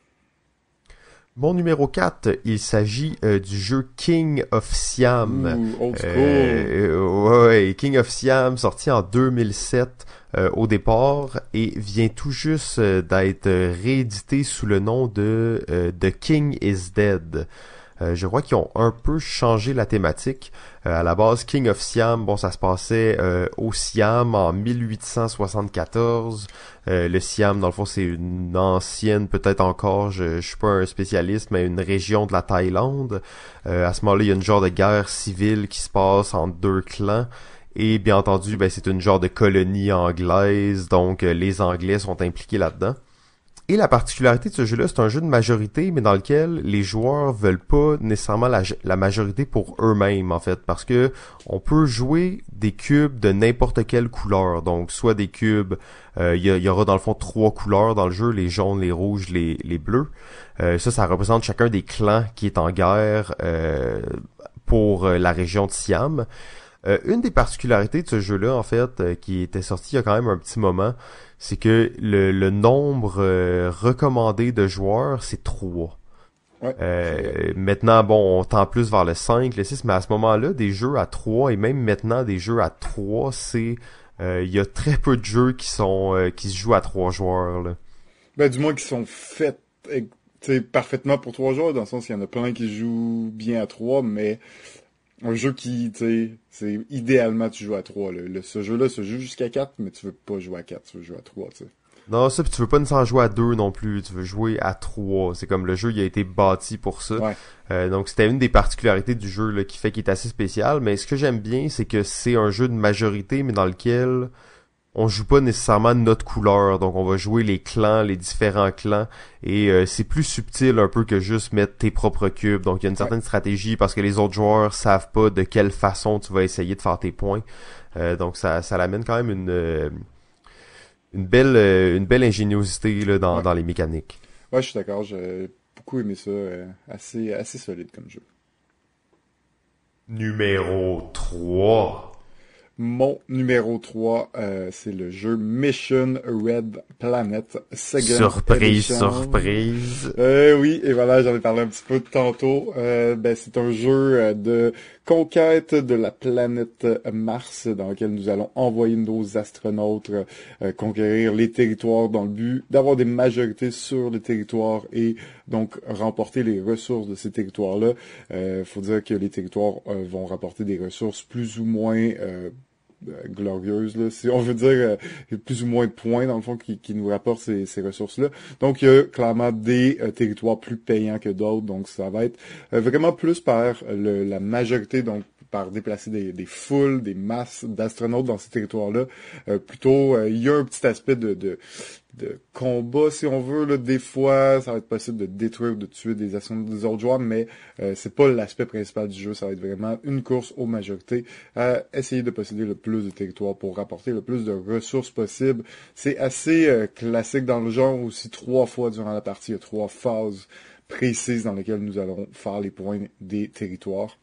Mon numéro quatre, il s'agit euh, du jeu King of Siam. Ouh, old school. Euh, ouais, King of Siam, sorti en deux mille sept euh, au départ, et vient tout juste euh, d'être réédité sous le nom de euh, The King is Dead. Euh, je crois qu'ils ont un peu changé la thématique. Euh, à la base, King of Siam, bon, ça se passait euh, au Siam en mille huit cent soixante-quatorze. Euh, le Siam, dans le fond, c'est une ancienne, peut-être encore, je, je suis pas un spécialiste, mais une région de la Thaïlande. Euh, à ce moment-là, il y a une genre de guerre civile qui se passe entre deux clans. Et bien entendu, ben, c'est une genre de colonie anglaise, donc euh, les Anglais sont impliqués là-dedans. Et la particularité de ce jeu-là, c'est un jeu de majorité, mais dans lequel les joueurs veulent pas nécessairement la, la majorité pour eux-mêmes, en fait, parce que on peut jouer des cubes de n'importe quelle couleur. Donc, soit des cubes, euh, il y, y aura dans le fond trois couleurs dans le jeu, les jaunes, les rouges, les, les bleus. Euh, ça, ça représente chacun des clans qui est en guerre euh, pour euh, la région de Siam. Euh, une des particularités de ce jeu-là, en fait, euh, qui était sorti il y a quand même un petit moment, c'est que le, le nombre euh, recommandé de joueurs, c'est trois. Ouais. Euh, maintenant, bon, on tend plus vers le cinq, le six, mais à ce moment-là, des jeux à trois, et même maintenant des jeux à trois, c'est... Euh, il y a très peu de jeux qui sont euh, qui se jouent à trois joueurs, là. Ben, du moins qui sont faits eh, tu sais, parfaitement pour trois joueurs, dans le sens qu'il y en a plein qui jouent bien à trois, mais un jeu qui, tu sais, c'est idéalement tu joues à trois. Le, le- ce jeu-là se joue jusqu'à quatre, mais tu veux pas jouer à quatre, tu veux jouer à trois, tu sais. Non, ça, pis tu veux pas nécessairement jouer à deux non plus, tu veux jouer à trois. C'est comme le jeu, il a été bâti pour ça. Ouais. Euh, donc c'était une des particularités du jeu là, qui fait qu'il est assez spécial. Mais ce que j'aime bien, c'est que c'est un jeu de majorité, mais dans lequel on joue pas nécessairement notre couleur. Donc on va jouer les clans, les différents clans, et euh, c'est plus subtil un peu que juste mettre tes propres cubes. Donc il y a une certaine Ouais. stratégie parce que les autres joueurs savent pas de quelle façon tu vas essayer de faire tes points. Euh, donc ça, ça l'amène quand même une euh, une belle euh, une belle ingéniosité là, dans, Ouais. dans les mécaniques. Ouais, je suis d'accord, j'ai beaucoup aimé ça. euh, assez, assez solide comme jeu. Numéro trois. Mon numéro trois, euh, c'est le jeu Mission Red Planet Second Surprise, Edition. surprise. Euh, oui, et voilà, j'en ai parlé un petit peu tantôt. Euh, ben, c'est un jeu euh, de conquête de la planète Mars dans lequel nous allons envoyer nos astronautes euh, conquérir les territoires dans le but d'avoir des majorités sur les territoires et donc remporter les ressources de ces territoires-là. Euh, faut dire que les territoires euh, vont rapporter des ressources plus ou moins euh, euh, glorieuse, là, si on veut dire, euh, plus ou moins de points, dans le fond, qui, qui nous rapportent ces, ces ressources-là. Donc, il y a clairement des euh, territoires plus payants que d'autres, donc ça va être euh, vraiment plus par le, la majorité, donc par déplacer des, des foules, des masses d'astronautes dans ces territoires-là. Euh, plutôt, euh, il y a un petit aspect de, de, de combat, si on veut, là. Des fois, ça va être possible de détruire ou de tuer des astronautes des autres joueurs, mais euh, c'est pas l'aspect principal du jeu. Ça va être vraiment une course aux majorités à essayer de posséder le plus de territoire pour rapporter le plus de ressources possible. C'est assez euh, classique dans le genre aussi. Trois fois durant la partie, il y a trois phases précises dans lesquelles nous allons faire les points des territoires.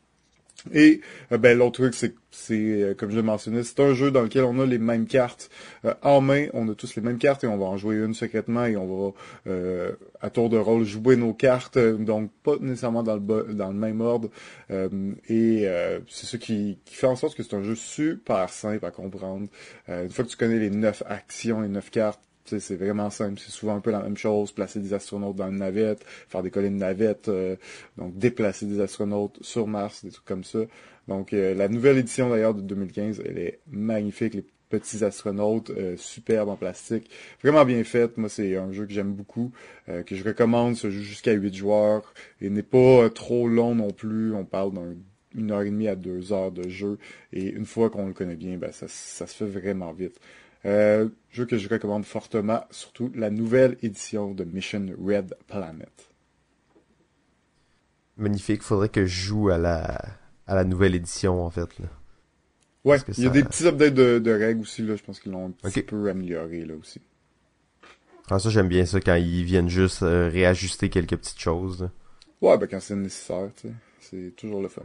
Et euh, ben l'autre truc, c'est c'est euh, comme je l'ai mentionné, c'est un jeu dans lequel on a les mêmes cartes euh, en main, on a tous les mêmes cartes et on va en jouer une secrètement et on va euh, à tour de rôle jouer nos cartes, euh, donc pas nécessairement dans le bas- dans le même ordre. Euh, et euh, c'est ça qui, qui fait en sorte que c'est un jeu super simple à comprendre. Euh, une fois que tu connais les neuf actions, les neuf cartes, tu sais, c'est vraiment simple, c'est souvent un peu la même chose, placer des astronautes dans une navette, faire décoller une navette, euh, donc déplacer des astronautes sur Mars, des trucs comme ça. Donc euh, la nouvelle édition d'ailleurs de deux mille quinze, elle est magnifique, les petits astronautes, euh, superbes en plastique, vraiment bien faite. Moi c'est un jeu que j'aime beaucoup, euh, que je recommande, se joue jusqu'à huit joueurs, et n'est pas euh, trop long non plus, on parle d'un une heure et demie à deux heures de jeu, et une fois qu'on le connaît bien, ben ça, ça se fait vraiment vite. Euh, jeu que je recommande fortement, surtout la nouvelle édition de Mission Red Planet. Magnifique. Faudrait que je joue à la à la nouvelle édition, en fait, là. Ouais, Parce que il y a ça... des petits updates de, de règles aussi, là, je pense qu'ils l'ont un petit Ok. peu amélioré, là, aussi. Ah, ça, j'aime bien ça quand ils viennent juste euh, réajuster quelques petites choses, là. Ouais, ben quand c'est nécessaire, tu sais, c'est toujours le fun.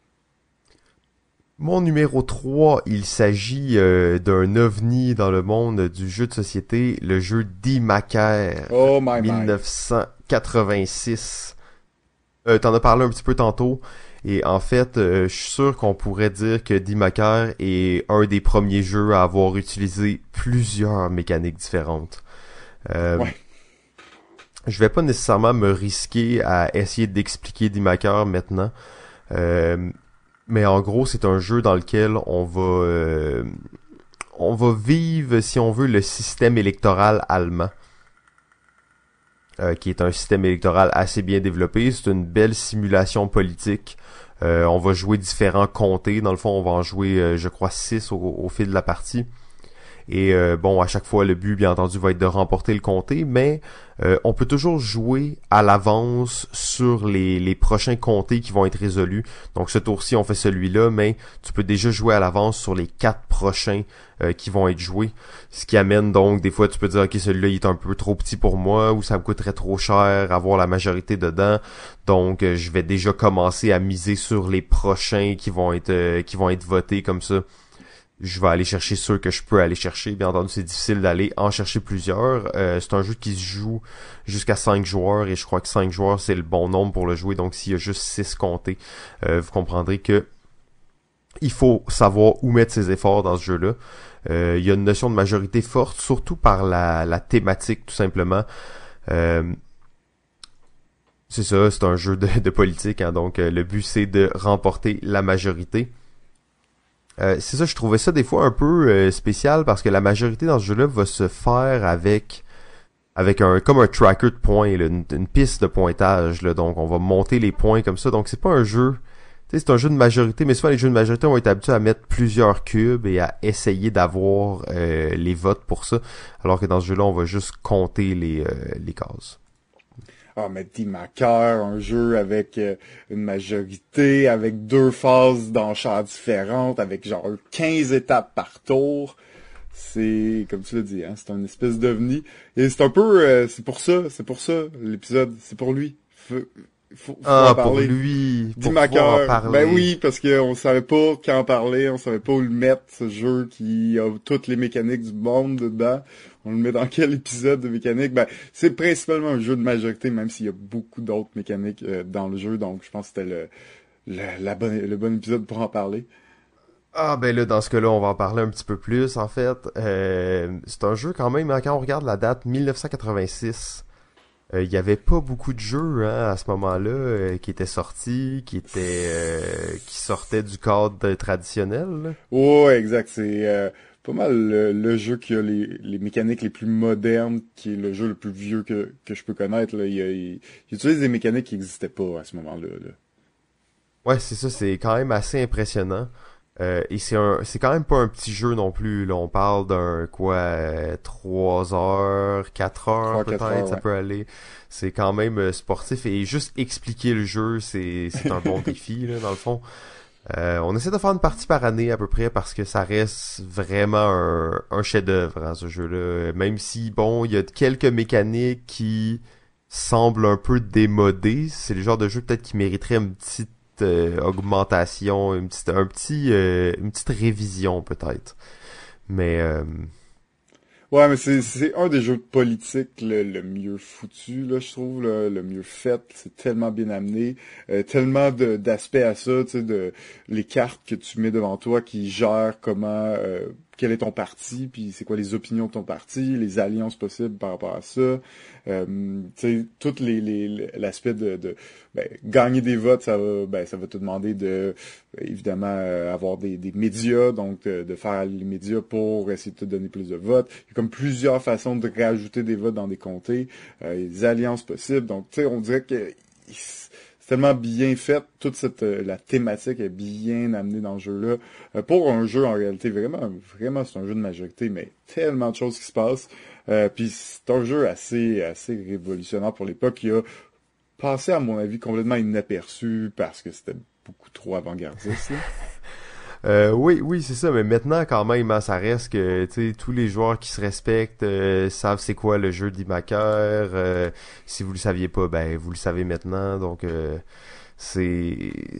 Mon numéro trois, il s'agit euh, d'un ovni dans le monde du jeu de société, le jeu d'Imaker, Oh my my. mille neuf cent quatre-vingt-six. Euh, t'en as parlé un petit peu tantôt, et en fait, euh, je suis sûr qu'on pourrait dire que Dimaker est un des premiers jeux à avoir utilisé plusieurs mécaniques différentes. Euh, Ouais. Je vais pas nécessairement me risquer à essayer d'expliquer Dimaker maintenant, euh, mais en gros, c'est un jeu dans lequel on va euh, on va vivre, si on veut, le système électoral allemand. Euh, qui est un système électoral assez bien développé. C'est une belle simulation politique. Euh, on va jouer différents comtés. Dans le fond, on va en jouer, euh, je crois, six au, au fil de la partie. Et euh, bon, à chaque fois, le but, bien entendu, va être de remporter le comté, mais euh, on peut toujours jouer à l'avance sur les, les prochains comtés qui vont être résolus. Donc ce tour-ci, on fait celui-là, mais tu peux déjà jouer à l'avance sur les quatre prochains euh, qui vont être joués. Ce qui amène donc, des fois, tu peux dire, ok, celui-là, il est un peu trop petit pour moi, ou ça me coûterait trop cher avoir la majorité dedans. Donc, euh, je vais déjà commencer à miser sur les prochains qui vont être euh, qui vont être votés comme ça. Je vais aller chercher ceux que je peux aller chercher. Bien entendu, c'est difficile d'aller en chercher plusieurs. Euh, c'est un jeu qui se joue jusqu'à cinq joueurs et je crois que cinq joueurs, c'est le bon nombre pour le jouer. Donc, s'il y a juste six comtés, euh, vous comprendrez que il faut savoir où mettre ses efforts dans ce jeu-là. Euh, il y a une notion de majorité forte, surtout par la, la thématique, tout simplement. Euh, c'est ça, c'est un jeu de, de politique. Hein, donc, euh, le but, c'est de remporter la majorité. Euh, c'est ça, je trouvais ça des fois un peu euh, spécial parce que la majorité dans ce jeu-là va se faire avec avec un comme un tracker de points, là, une, une piste de pointage. Là, donc on va monter les points comme ça. Donc c'est pas un jeu, tu sais, c'est un jeu de majorité, mais souvent les jeux de majorité vont être habitués à mettre plusieurs cubes et à essayer d'avoir euh, les votes pour ça. Alors que dans ce jeu-là, on va juste compter les euh, les cases. Ah, mais Dimaker, un jeu avec euh, une majorité, avec deux phases d'enchères différentes, avec genre quinze étapes par tour. C'est, comme tu l'as dit, hein, c'est une espèce d'ovni. Et c'est un peu, euh, c'est pour ça, c'est pour ça, l'épisode, c'est pour lui. Faut, faut, faut ah, en parler. pour lui, pour Dimaker, en parler. ben oui, parce qu'on savait pas quand en parler, on savait pas où le mettre, ce jeu qui a toutes les mécaniques du monde dedans. On le met dans quel épisode de mécanique? Ben, c'est principalement un jeu de majorité, même s'il y a beaucoup d'autres mécaniques euh, dans le jeu, donc je pense que c'était le, le, la bonne, le bon épisode pour en parler. Ah ben là, dans ce cas-là, on va en parler un petit peu plus, en fait. Euh, c'est un jeu quand même, hein, quand on regarde la date dix-neuf cent quatre-vingt-six, il euh, y avait pas beaucoup de jeux hein, à ce moment-là euh, qui étaient sortis, qui étaient euh, qui sortaient du cadre traditionnel. Là. Ouais, exact, c'est... Euh... pas mal le, le jeu qui a les, les mécaniques les plus modernes, qui est le jeu le plus vieux que, que je peux connaître. Là. Il, il, il utilise des mécaniques qui n'existaient pas à ce moment-là. Là. Ouais, c'est ça, c'est quand même assez impressionnant. Euh, et c'est un c'est quand même pas un petit jeu non plus. Là, on parle d'un quoi euh, trois heures, quatre heures peut-être, heures, ça ouais. peut aller. C'est quand même euh, sportif et juste expliquer le jeu, c'est c'est un bon défi là, dans le fond. Euh, on essaie de faire une partie par année à peu près parce que ça reste vraiment un, un chef-d'œuvre hein, ce jeu-là. Même si bon, il y a quelques mécaniques qui semblent un peu démodées, c'est le genre de jeu peut-être qui mériterait une petite euh, augmentation, une petite, un petit, euh, une petite révision peut-être. Mais euh... ouais, mais c'est c'est un des jeux de politique le, le mieux foutu là, je trouve, là, le mieux fait. C'est tellement bien amené, euh, tellement de d'aspects à ça, tu sais, de les cartes que tu mets devant toi qui gèrent comment, euh, quel est ton parti, puis c'est quoi les opinions de ton parti, les alliances possibles par rapport à ça. Euh, tu sais, tout les les l'aspect de, de ben, gagner des votes, ça va ben ça va te demander de évidemment euh, avoir des des médias, donc de, de faire les médias pour essayer de te donner plus de votes. Il y a comme plusieurs façons de rajouter des votes dans des comtés, euh, les alliances possibles. Donc tu sais, on dirait que c'est tellement bien fait, toute cette euh, la thématique est bien amenée dans le jeu-là. Euh, pour un jeu en réalité, vraiment, vraiment c'est un jeu de majorité, mais tellement de choses qui se passent. Euh, Puis c'est un jeu assez assez révolutionnaire pour l'époque qui a passé, à mon avis, complètement inaperçu parce que c'était beaucoup trop avant-gardiste. Euh, oui, oui, c'est ça, mais maintenant, quand même, hein, ça reste que, tu sais, tous les joueurs qui se respectent euh, savent c'est quoi le jeu d'Imaker. Euh, si vous le saviez pas, ben, vous le savez maintenant. Donc, euh, c'est...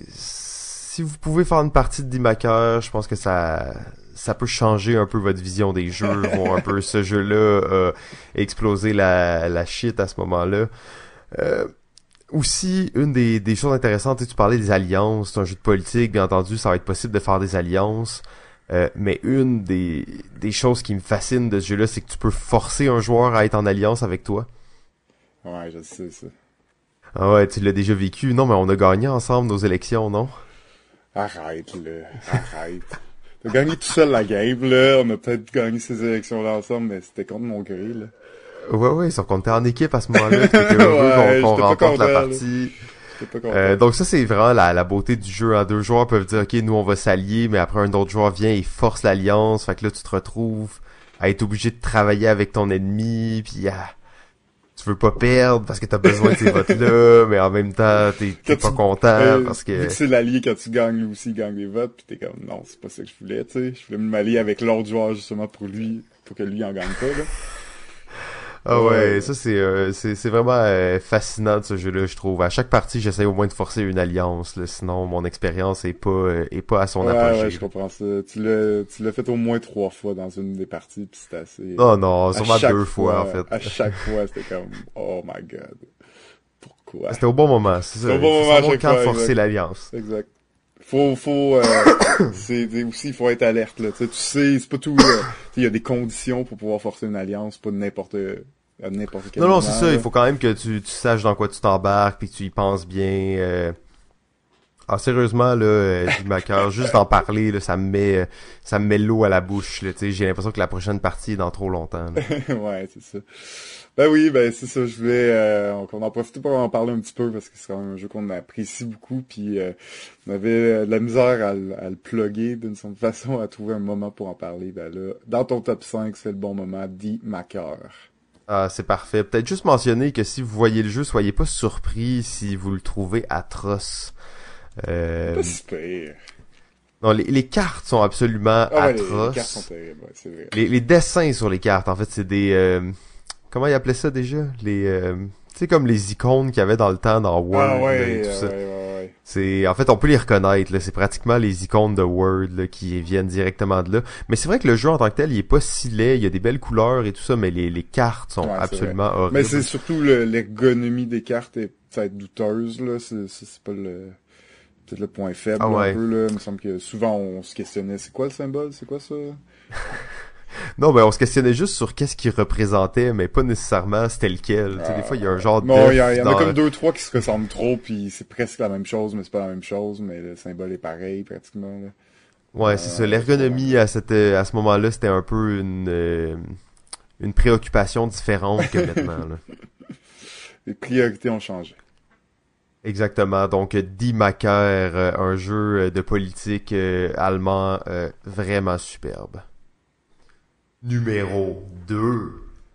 Si vous pouvez faire une partie de d'Imaker, je pense que ça... ça peut changer un peu votre vision des jeux, voir un peu ce jeu-là euh, exploser la, la shit à ce moment-là. Euh... Aussi, une des, des choses intéressantes, tu, sais, tu parlais des alliances, c'est un jeu de politique, bien entendu, ça va être possible de faire des alliances, euh, mais une des, des choses qui me fascine de ce jeu-là, c'est que tu peux forcer un joueur à être en alliance avec toi. Ouais, je sais ça. Ah ouais, tu l'as déjà vécu. Non, mais on a gagné ensemble nos élections, non? Arrête, là, arrête. T'as gagné tout seul la game, là, on a peut-être gagné ces élections-là ensemble, mais c'était contre mon gré, là. Ouais, ouais, sauf qu'on était en équipe à ce moment-là, t'étais heureux ouais, qu'on, qu'on remporte la partie. Euh, donc ça, c'est vraiment la, la beauté du jeu. Hein. Deux joueurs peuvent dire, OK, nous, on va s'allier, mais après, un autre joueur vient et force l'alliance. Fait que là, tu te retrouves à être obligé de travailler avec ton ennemi, puis à... tu veux pas perdre parce que t'as besoin de ces votes-là, mais en même temps, t'es, t'es pas tu, content euh, parce que... Vu que c'est l'allié, quand tu gagnes, lui aussi, il gagne des votes, pis t'es comme, non, c'est pas ça que je voulais, tu sais. Je voulais m'allier avec l'autre joueur, justement, pour lui, pour que lui en gagne pas, là. Ah ouais, Ouais. ça c'est euh, c'est c'est vraiment euh, fascinant de ce jeu-là, je trouve. À chaque partie, j'essaie au moins de forcer une alliance, là, sinon mon expérience est pas euh, est pas à son Ouais, apogée. ouais, je comprends ça. Tu l'as, tu l'as fait au moins trois fois dans une des parties, pis c'était assez... Oh non, à sûrement chaque deux fois, en fait. À chaque fois, c'était comme, oh my god. Pourquoi? C'était au bon moment, c'est C'est ça. au bon Il faut moment à savoir chaque quand fois, forcer exact. l'alliance. Exact. Faut, faut, euh, c'est c'est aussi, il faut être alerte, là. Tu sais, tu sais, c'est pas tout, euh, il y a des conditions pour pouvoir forcer une alliance, pas de n'importe, à n'importe quel Non, non, moment, c'est ça, là. il faut quand même que tu, tu saches dans quoi tu t'embarques, puis que tu y penses bien. Euh... Ah, sérieusement, là, euh, dit ma cœur, juste d'en parler, là, ça me met euh, ça me met l'eau à la bouche, là, tu sais, j'ai l'impression que la prochaine partie est dans trop longtemps, là. Ouais, c'est ça. Ben oui, ben c'est ça, je voulais euh, qu'on en profite pour en parler un petit peu parce que c'est quand même un jeu qu'on apprécie beaucoup puis euh, on avait euh, de la misère à, le- à le plugger d'une certaine façon, à trouver un moment pour en parler. Ben là, dans ton top cinq, c'est le bon moment, dis ma cœur. Ah, c'est parfait. Peut-être juste mentionner que si vous voyez le jeu, soyez pas surpris si vous le trouvez atroce. Euh... Pas si pire. Non, les, les cartes sont absolument Ah ouais, les, les cartes sont atroces. terribles, ouais, c'est vrai. Les, les dessins sur les cartes, en fait, c'est des... euh, Comment ils appelaient ça déjà? Les... euh, Tu sais, comme les icônes qu'il y avait dans le temps dans Ah Word, là, et ouais, tout euh, ça. ouais, ouais, ouais. C'est, en fait, on peut les reconnaître, là. C'est pratiquement les icônes de Word, là, qui viennent directement de là. Mais c'est vrai que le jeu en tant que tel, il est pas si laid. Il y a des belles couleurs et tout ça, mais les, les cartes sont Ouais, c'est vrai. absolument horribles. Mais c'est surtout le- l'ergonomie des cartes est peut-être douteuse, là. C'est c'est- c'est pas le... Peut-être le point faible, Ah là, un ouais. peu, là. Il me semble que souvent, on se questionnait, c'est quoi le symbole? C'est quoi ça? Non, ben, on se questionnait juste sur qu'est-ce qu'il représentait, mais pas nécessairement c'était lequel. Tu sais, des fois, il y a un genre de... Non, il y, a- il y en a dans... comme deux, trois qui se ressemblent trop, puis c'est presque la même chose, mais c'est pas la même chose, mais le symbole est pareil, pratiquement, là. Ouais, Euh, c'est ça. L'ergonomie à cette, à ce moment-là, c'était un peu une, euh, une préoccupation différente que maintenant, là. Les priorités ont changé. Exactement. Donc, Die Macker, euh, un jeu de politique euh, allemand euh, vraiment superbe. Numéro deux.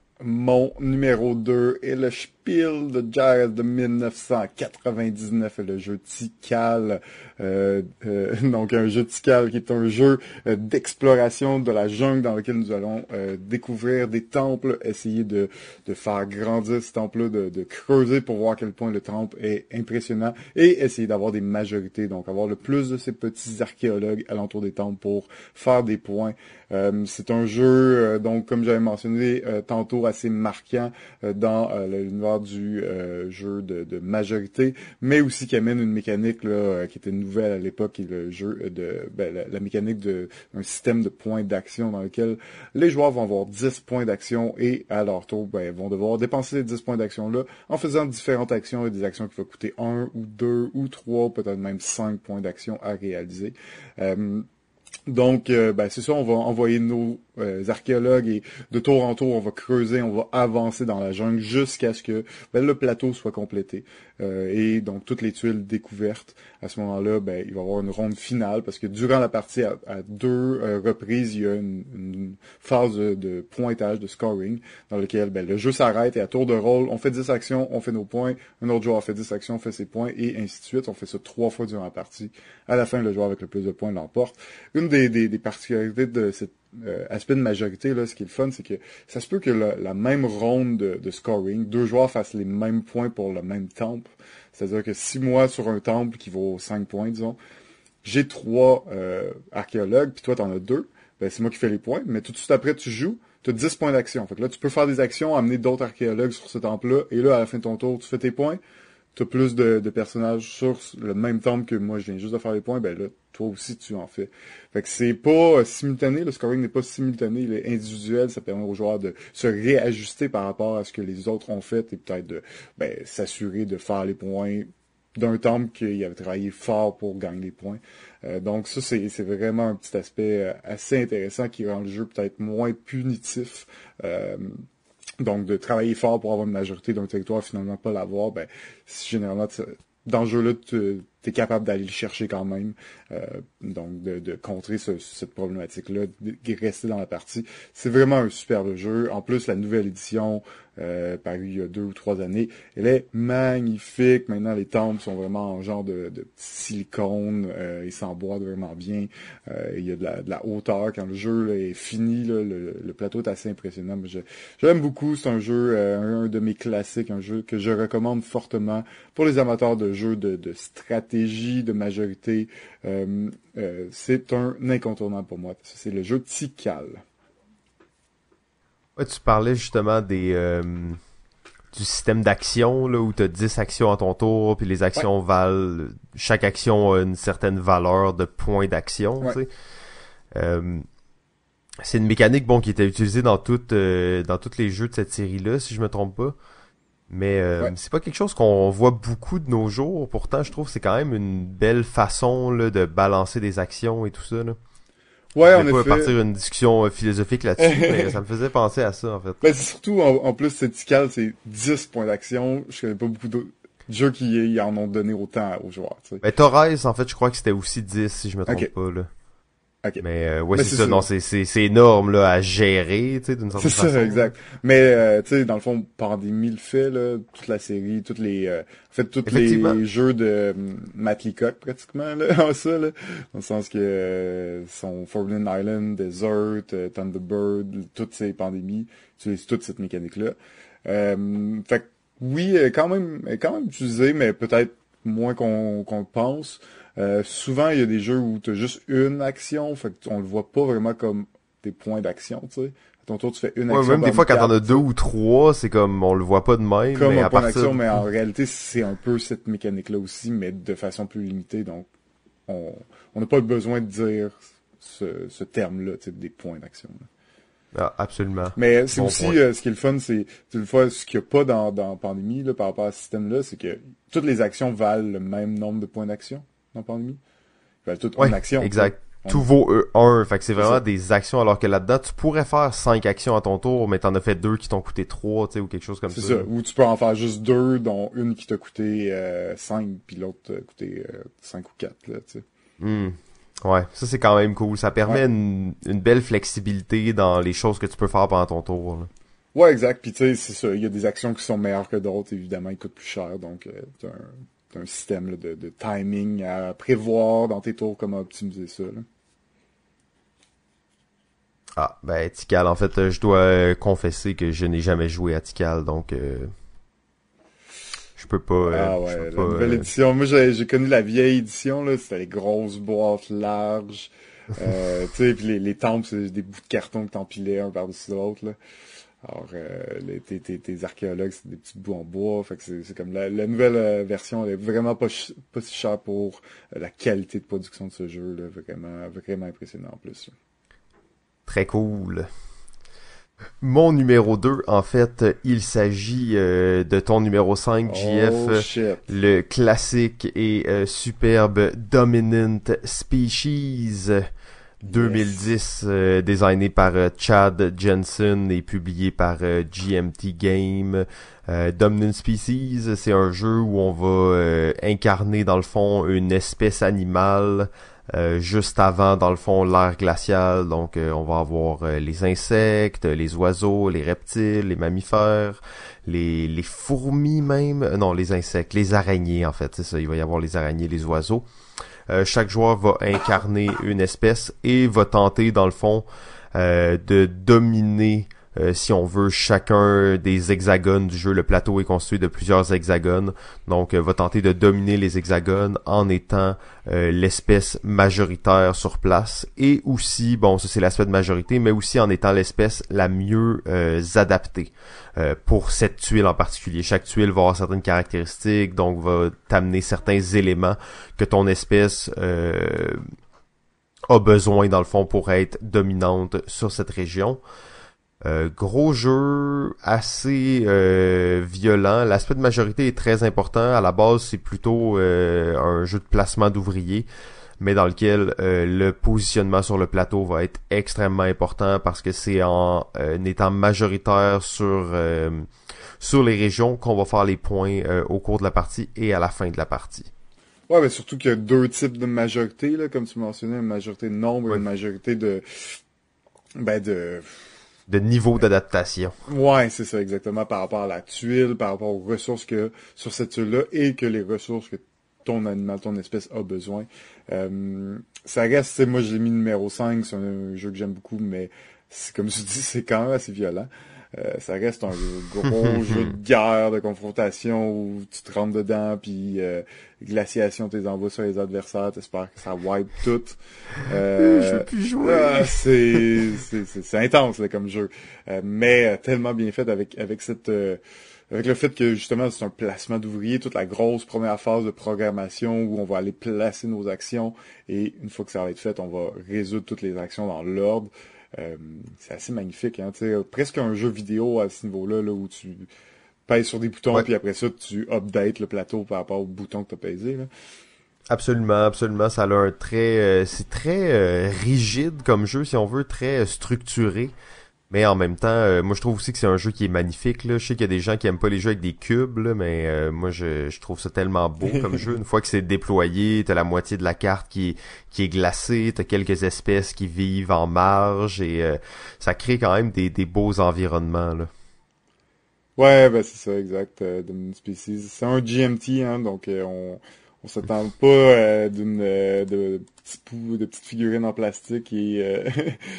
Mon numéro deux est le Spiel de Jahres de mille neuf cent quatre-vingt-dix-neuf, le jeu Tikal. Euh, euh, donc un jeu Tikal qui est un jeu euh, d'exploration de la jungle dans lequel nous allons euh, découvrir des temples, essayer de, de faire grandir ce temple-là, de, de creuser pour voir à quel point le temple est impressionnant et essayer d'avoir des majorités, donc avoir le plus de ces petits archéologues alentour des temples pour faire des points. Euh, c'est un jeu, euh, donc comme j'avais mentionné euh, tantôt, assez marquant euh, dans euh, l'univers du euh, jeu de, de majorité, mais aussi qui amène une mécanique là, euh, qui était nouvelle à l'époque, qui est le jeu de ben, la, la mécanique de un système de points d'action dans lequel les joueurs vont avoir dix points d'action et à leur tour ben, vont devoir dépenser ces dix points d'action-là en faisant différentes actions et des actions qui vont coûter un ou deux ou trois, peut-être même cinq points d'action à réaliser. Euh, Donc, euh, ben, c'est ça, on va envoyer nos euh, archéologues et de tour en tour, on va creuser, on va avancer dans la jungle jusqu'à ce que ben, le plateau soit complété. Euh, et donc, toutes les tuiles découvertes, à ce moment-là, ben, il va y avoir une ronde finale parce que durant la partie, à, à deux euh, reprises, il y a une, une phase de, de pointage, de scoring, dans lequel ben, le jeu s'arrête et à tour de rôle, on fait dix actions, on fait nos points, un autre joueur fait dix actions, on fait ses points et ainsi de suite. On fait ça trois fois durant la partie. À la fin, le joueur avec le plus de points l'emporte. Une des, des, des particularités de cet euh, aspect de majorité, là, ce qui est le fun, c'est que ça se peut que la, la même ronde de, de scoring, deux joueurs fassent les mêmes points pour le même temple. C'est-à-dire que si moi, sur un temple qui vaut cinq points, disons, j'ai trois euh, archéologues, puis toi, t'en as deux, ben, c'est moi qui fais les points, mais tout de suite après, tu joues, tu as dix points d'action. Fait que là, tu peux faire des actions, amener d'autres archéologues sur ce temple-là, et là, à la fin de ton tour, tu fais tes points, tu as plus de, de personnages sur le même temple que moi, je viens juste de faire les points, ben là, toi aussi, tu en fais. Fait que c'est pas euh, simultané, le scoring n'est pas simultané, il est individuel, ça permet aux joueurs de se réajuster par rapport à ce que les autres ont fait, et peut-être de ben, s'assurer de faire les points d'un temple qu'il avait travaillé fort pour gagner les points. Euh, donc ça, c'est, c'est vraiment un petit aspect euh, assez intéressant qui rend le jeu peut-être moins punitif. Euh, donc de travailler fort pour avoir une majorité d'un territoire, finalement pas l'avoir, ben généralement, dans ce jeu-là, tu t'es capable d'aller le chercher quand même. Euh, donc, de, de contrer ce, cette problématique-là, de rester dans la partie. C'est vraiment un superbe jeu. En plus, la nouvelle édition, euh, parue il y a deux ou trois années, elle est magnifique. Maintenant, les temples sont vraiment en genre de, de silicone. Euh, ils s'emboîtent vraiment bien. Euh, il y a de la, de la hauteur. Quand le jeu là, est fini, là, le, le plateau est assez impressionnant. Mais je, j'aime beaucoup. C'est un jeu, euh, un, un de mes classiques, un jeu que je recommande fortement pour les amateurs de jeux de, de stratégie, de majorité. Euh, euh, c'est un incontournable pour moi. C'est le jeu Tikal. Ouais, tu parlais justement des euh, du système d'action là où tu as dix actions à ton tour, puis les actions ouais. valent chaque action a une certaine valeur de points d'action, ouais. tu sais. Euh, c'est une mécanique bon qui était utilisée dans toutes euh, dans tous les jeux de cette série-là, si je me trompe pas. Mais euh, ouais. c'est pas quelque chose qu'on voit beaucoup de nos jours. Pourtant, je trouve que c'est quand même une belle façon là, de balancer des actions et tout ça. Là. Ouais, on en pas effet. partir une discussion euh, philosophique là-dessus, mais ça me faisait penser à ça, en fait. Ben, c'est surtout, en, en plus, c'est Tikal, c'est dix points d'action. Je connais pas beaucoup d'autres jeux qui y en ont donné autant aux joueurs, tu sais. Ben, Torres, en fait, je crois que c'était aussi dix, si je me trompe okay. pas, là. Okay. Mais euh, ouais, c'est, c'est ça, ça, non, c'est c'est c'est énorme là à gérer, tu sais, d'une certaine c'est façon. C'est ça, exact. Mais euh, tu sais, dans le fond, Pandémie le fait là, toute la série, toutes les, euh, en fait, tous les jeux de euh, Matt Leacock pratiquement là, en ça là, dans le sens que euh, son Forbidden Island, Desert, euh, Thunderbird, toutes ces pandémies, utilisent toute cette mécanique là. Euh, fait que oui, elle est quand même, elle est quand même utilisée, mais peut-être moins qu'on qu'on le pense. Euh, souvent, il y a des jeux où tu as juste une action, fait qu'on le voit pas vraiment comme des points d'action, tu sais. À ton tour, tu fais une ouais, action. Même des fois, quand t'en as deux ou trois, c'est comme, on le voit pas de même. Comme mais un à point partir d'action, de... mais en réalité, c'est un peu cette mécanique-là aussi, mais de façon plus limitée, donc on on n'a pas besoin de dire ce, ce terme-là, tu sais, des points d'action. Là. Ah, absolument. Mais c'est bon aussi, euh, ce qui est le fun, c'est, une fois, ce qu'il n'y a pas dans, dans Pandémie, là, par rapport à ce système-là, c'est que toutes les actions valent le même nombre de points d'action dans Pandémie. Ils valent toutes ouais, une action. Exact. On... Tout vaut E un. Fait que c'est vraiment c'est des actions, alors que là-dedans, tu pourrais faire cinq actions à ton tour, mais t'en as fait deux qui t'ont coûté trois, tu sais, ou quelque chose comme c'est ça. C'est ça. Ou tu peux en faire juste deux, dont une qui t'a coûté euh, cinq, puis l'autre t'a coûté euh, cinq ou quatre, là, tu sais. Mm. Ouais, ça c'est quand même cool. Ça permet ouais. une, une belle flexibilité dans les choses que tu peux faire pendant ton tour. Là. Ouais, exact. Puis tu sais, c'est ça. Il y a des actions qui sont meilleures que d'autres. Évidemment, ils coûtent plus cher. Donc, euh, t'as, un, t'as un système là, de, de timing à prévoir dans tes tours, comment optimiser ça. Là. Ah, ben Tikal, en fait, je dois euh, confesser que je n'ai jamais joué à Tikal, donc... Euh... Je peux pas. Euh, ah ouais, je peux la pas, nouvelle euh... édition. Moi, j'ai, j'ai connu la vieille édition, là. C'était les grosses boîtes larges. Euh, tu sais, puis les, les temples, c'est des bouts de carton que t'empilais un par-dessus l'autre, là. Alors, euh, les, tes, tes, tes archéologues, c'est des petits bouts en bois. Fait que c'est, c'est comme la, la nouvelle euh, version, elle est vraiment pas, ch- pas si chère pour euh, la qualité de production de ce jeu, là. Vraiment, vraiment impressionnant en plus, là. Très cool. Mon numéro deux, en fait, il s'agit euh, de ton numéro cinq, J F, oh, shit. le classique et euh, superbe Dominant Species deux mille dix, yes. euh, designé par euh, Chad Jensen et publié par euh, G M T Game. Euh, Dominant Species, c'est un jeu où on va euh, incarner dans le fond une espèce animale. Euh, juste avant, dans le fond, l'ère glaciale. Donc, euh, on va avoir euh, les insectes, les oiseaux, les reptiles, les mammifères, les, les fourmis même. Euh, non, les insectes, les araignées, en fait. C'est ça, il va y avoir les araignées, les oiseaux. Euh, chaque joueur va incarner une espèce et va tenter, dans le fond, euh, de dominer... Euh, si on veut, chacun des hexagones du jeu. Le plateau est construit de plusieurs hexagones, donc euh, va tenter de dominer les hexagones en étant euh, l'espèce majoritaire sur place, et aussi, bon, ça c'est l'aspect de majorité, mais aussi en étant l'espèce la mieux euh, adaptée euh, pour cette tuile en particulier. Chaque tuile va avoir certaines caractéristiques, donc va t'amener certains éléments que ton espèce euh, a besoin, dans le fond, pour être dominante sur cette région. Euh, gros jeu, assez euh, violent. L'aspect de majorité est très important. À la base, c'est plutôt euh, un jeu de placement d'ouvriers, mais dans lequel euh, le positionnement sur le plateau va être extrêmement important parce que c'est en euh, étant majoritaire sur euh, sur les régions qu'on va faire les points euh, au cours de la partie et à la fin de la partie. Ouais, mais surtout qu'il y a deux types de majorité, là, comme tu mentionnais, une majorité de nombre et Ouais. une majorité de, ben, de, De niveau d'adaptation. ouais, c'est ça, exactement, par rapport à la tuile, par rapport aux ressources que, sur cette tuile-là, et que les ressources que ton animal, ton espèce a besoin. Euh, ça reste, tu sais, moi, je l'ai mis numéro cinq, c'est un jeu que j'aime beaucoup, mais c'est, comme tu dis, c'est quand même assez violent. Euh, ça reste un gros jeu de guerre, de confrontation où tu te rentres dedans, puis euh, glaciation, tes envois sur les adversaires, t'espères que ça wipe tout. Euh, je Euh, veux plus jouer. ah, c'est, c'est, c'est, c'est intense là, comme jeu, euh, mais euh, tellement bien fait avec avec cette euh, avec le fait que justement c'est un placement d'ouvriers, toute la grosse première phase de programmation où on va aller placer nos actions et une fois que ça va être fait, on va résoudre toutes les actions dans l'ordre. Euh, c'est assez magnifique, hein, tu sais, presque un jeu vidéo à ce niveau-là, là, où tu pèses sur des boutons, Ouais. puis après ça, tu updates le plateau par rapport aux boutons que tu as pesé, là. Absolument, absolument. Ça a un très, euh, c'est très euh, rigide comme jeu, si on veut, très euh, structuré. Mais en même temps, euh, moi je trouve aussi que c'est un jeu qui est magnifique, là. Je sais qu'il y a des gens qui aiment pas les jeux avec des cubes, là, mais euh, moi je, je trouve ça tellement beau comme jeu. Une fois que c'est déployé, t'as la moitié de la carte qui est, qui est glacée, t'as quelques espèces qui vivent en marge et euh, ça crée quand même des, des beaux environnements, là. Ouais, ben c'est ça, exact, euh, Dominion Species. C'est un G M T, hein, donc euh, on on s'attend pas euh, d'une euh, de petits poux, de petites figurines en plastique et euh,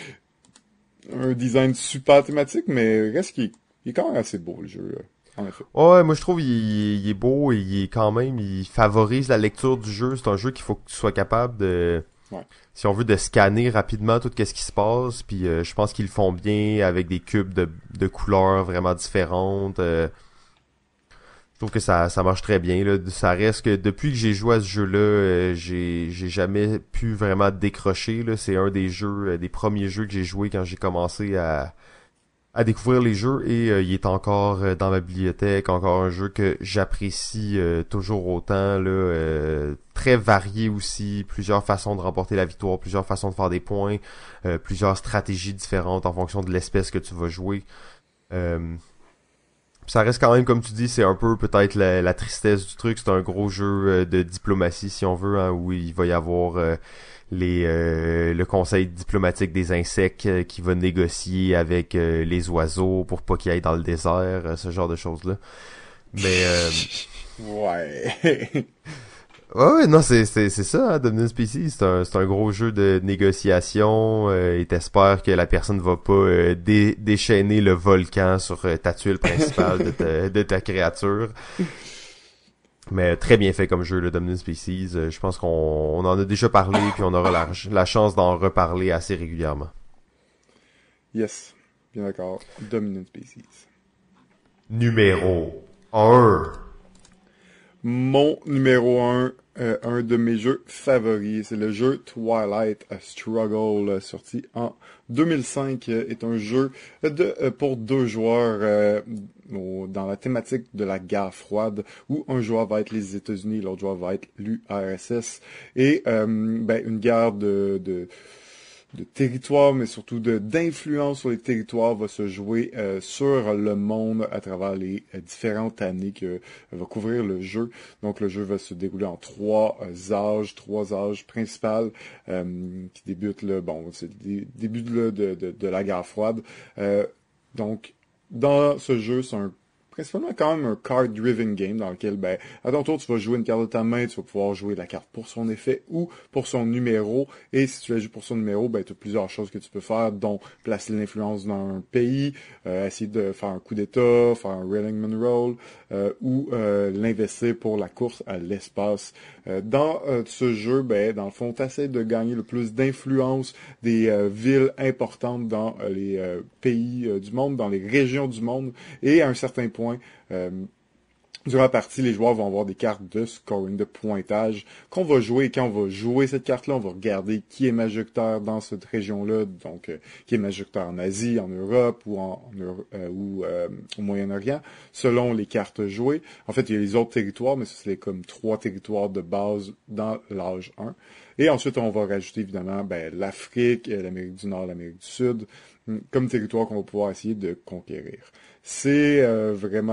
un design super thématique, mais reste qu'il est, il est quand même assez beau le jeu, là, en effet. Ouais, moi je trouve il, il est beau et il est quand même, il favorise la lecture du jeu. C'est un jeu qu'il faut que tu sois capable de, Ouais. si on veut, de scanner rapidement tout ce qui se passe. Puis euh, je pense qu'ils le font bien avec des cubes de, de couleurs vraiment différentes. Euh, je trouve que ça, ça marche très bien, là. Ça reste que depuis que j'ai joué à ce jeu-là, euh, j'ai, j'ai jamais pu vraiment décrocher, là. C'est un des jeux, euh, des premiers jeux que j'ai joué quand j'ai commencé à à découvrir les jeux et euh, il est encore euh, dans ma bibliothèque, encore un jeu que j'apprécie euh, toujours autant, là, euh, très varié aussi, plusieurs façons de remporter la victoire, plusieurs façons de faire des points, euh, plusieurs stratégies différentes en fonction de l'espèce que tu vas jouer. Euh, Ça reste quand même, comme tu dis, c'est un peu peut-être la, la tristesse du truc. C'est un gros jeu euh, de diplomatie, si on veut, hein, où il va y avoir euh, les euh, le conseil diplomatique des insectes euh, qui va négocier avec euh, les oiseaux pour pas qu'ils aillent dans le désert, euh, ce genre de choses-là. Mais euh, Ouais. ouais, ouais, non, c'est c'est c'est ça, hein, Dominion Species, c'est un c'est un gros jeu de négociation euh, et t'espères que la personne va pas euh, dé- déchaîner le volcan sur euh, ta tuile principale de ta de ta créature. Mais très bien fait comme jeu, le Dominion Species. Euh, je pense qu'on on en a déjà parlé puis on aura la, la chance d'en reparler assez régulièrement. Yes. Bien d'accord. Dominant Species. Numéro un. Mon numéro un, euh, un de mes jeux favoris, c'est le jeu Twilight A Struggle, euh, sorti en deux mille cinq, euh, est un jeu de euh, pour deux joueurs euh, au- dans la thématique de la guerre froide, où un joueur va être les États-Unis, l'autre joueur va être l'U R S S, et euh, ben, une guerre de, de de territoire, mais surtout de d'influence sur les territoires va se jouer euh, sur le monde à travers les euh, différentes années que euh, va couvrir le jeu. Donc le jeu va se dérouler en trois euh, âges, trois âges principaux euh, qui débutent là, bon, c'est le dé- début là, de, de, de la guerre froide. Euh, donc dans ce jeu, c'est un principalement quand même un card-driven game dans lequel, ben, à ton tour, tu vas jouer une carte de ta main, tu vas pouvoir jouer la carte pour son effet ou pour son numéro. Et si tu la joues pour son numéro, ben, tu as plusieurs choses que tu peux faire, dont placer l'influence dans un pays, euh, essayer de faire un coup d'état, faire un Rellingman Roll, euh, ou euh, l'investir pour la course à l'espace. Euh, dans euh, ce jeu, ben, dans le fond, tu essaies de gagner le plus d'influence des euh, villes importantes dans euh, les euh, pays euh, du monde, dans les régions du monde, et à un certain point, euh, durant la partie, les joueurs vont avoir des cartes de scoring, de pointage qu'on va jouer. Et quand on va jouer cette carte-là, on va regarder qui est majoritaire dans cette région-là, donc euh, qui est majoritaire en Asie, en Europe ou, en, en Euro- euh, ou euh, au Moyen-Orient, selon les cartes jouées. En fait, il y a les autres territoires, mais ça, c'est comme trois territoires de base dans l'âge un. Et ensuite, on va rajouter évidemment ben, l'Afrique, euh, l'Amérique du Nord, l'Amérique du Sud, hum, comme territoire qu'on va pouvoir essayer de conquérir. C'est euh, vraiment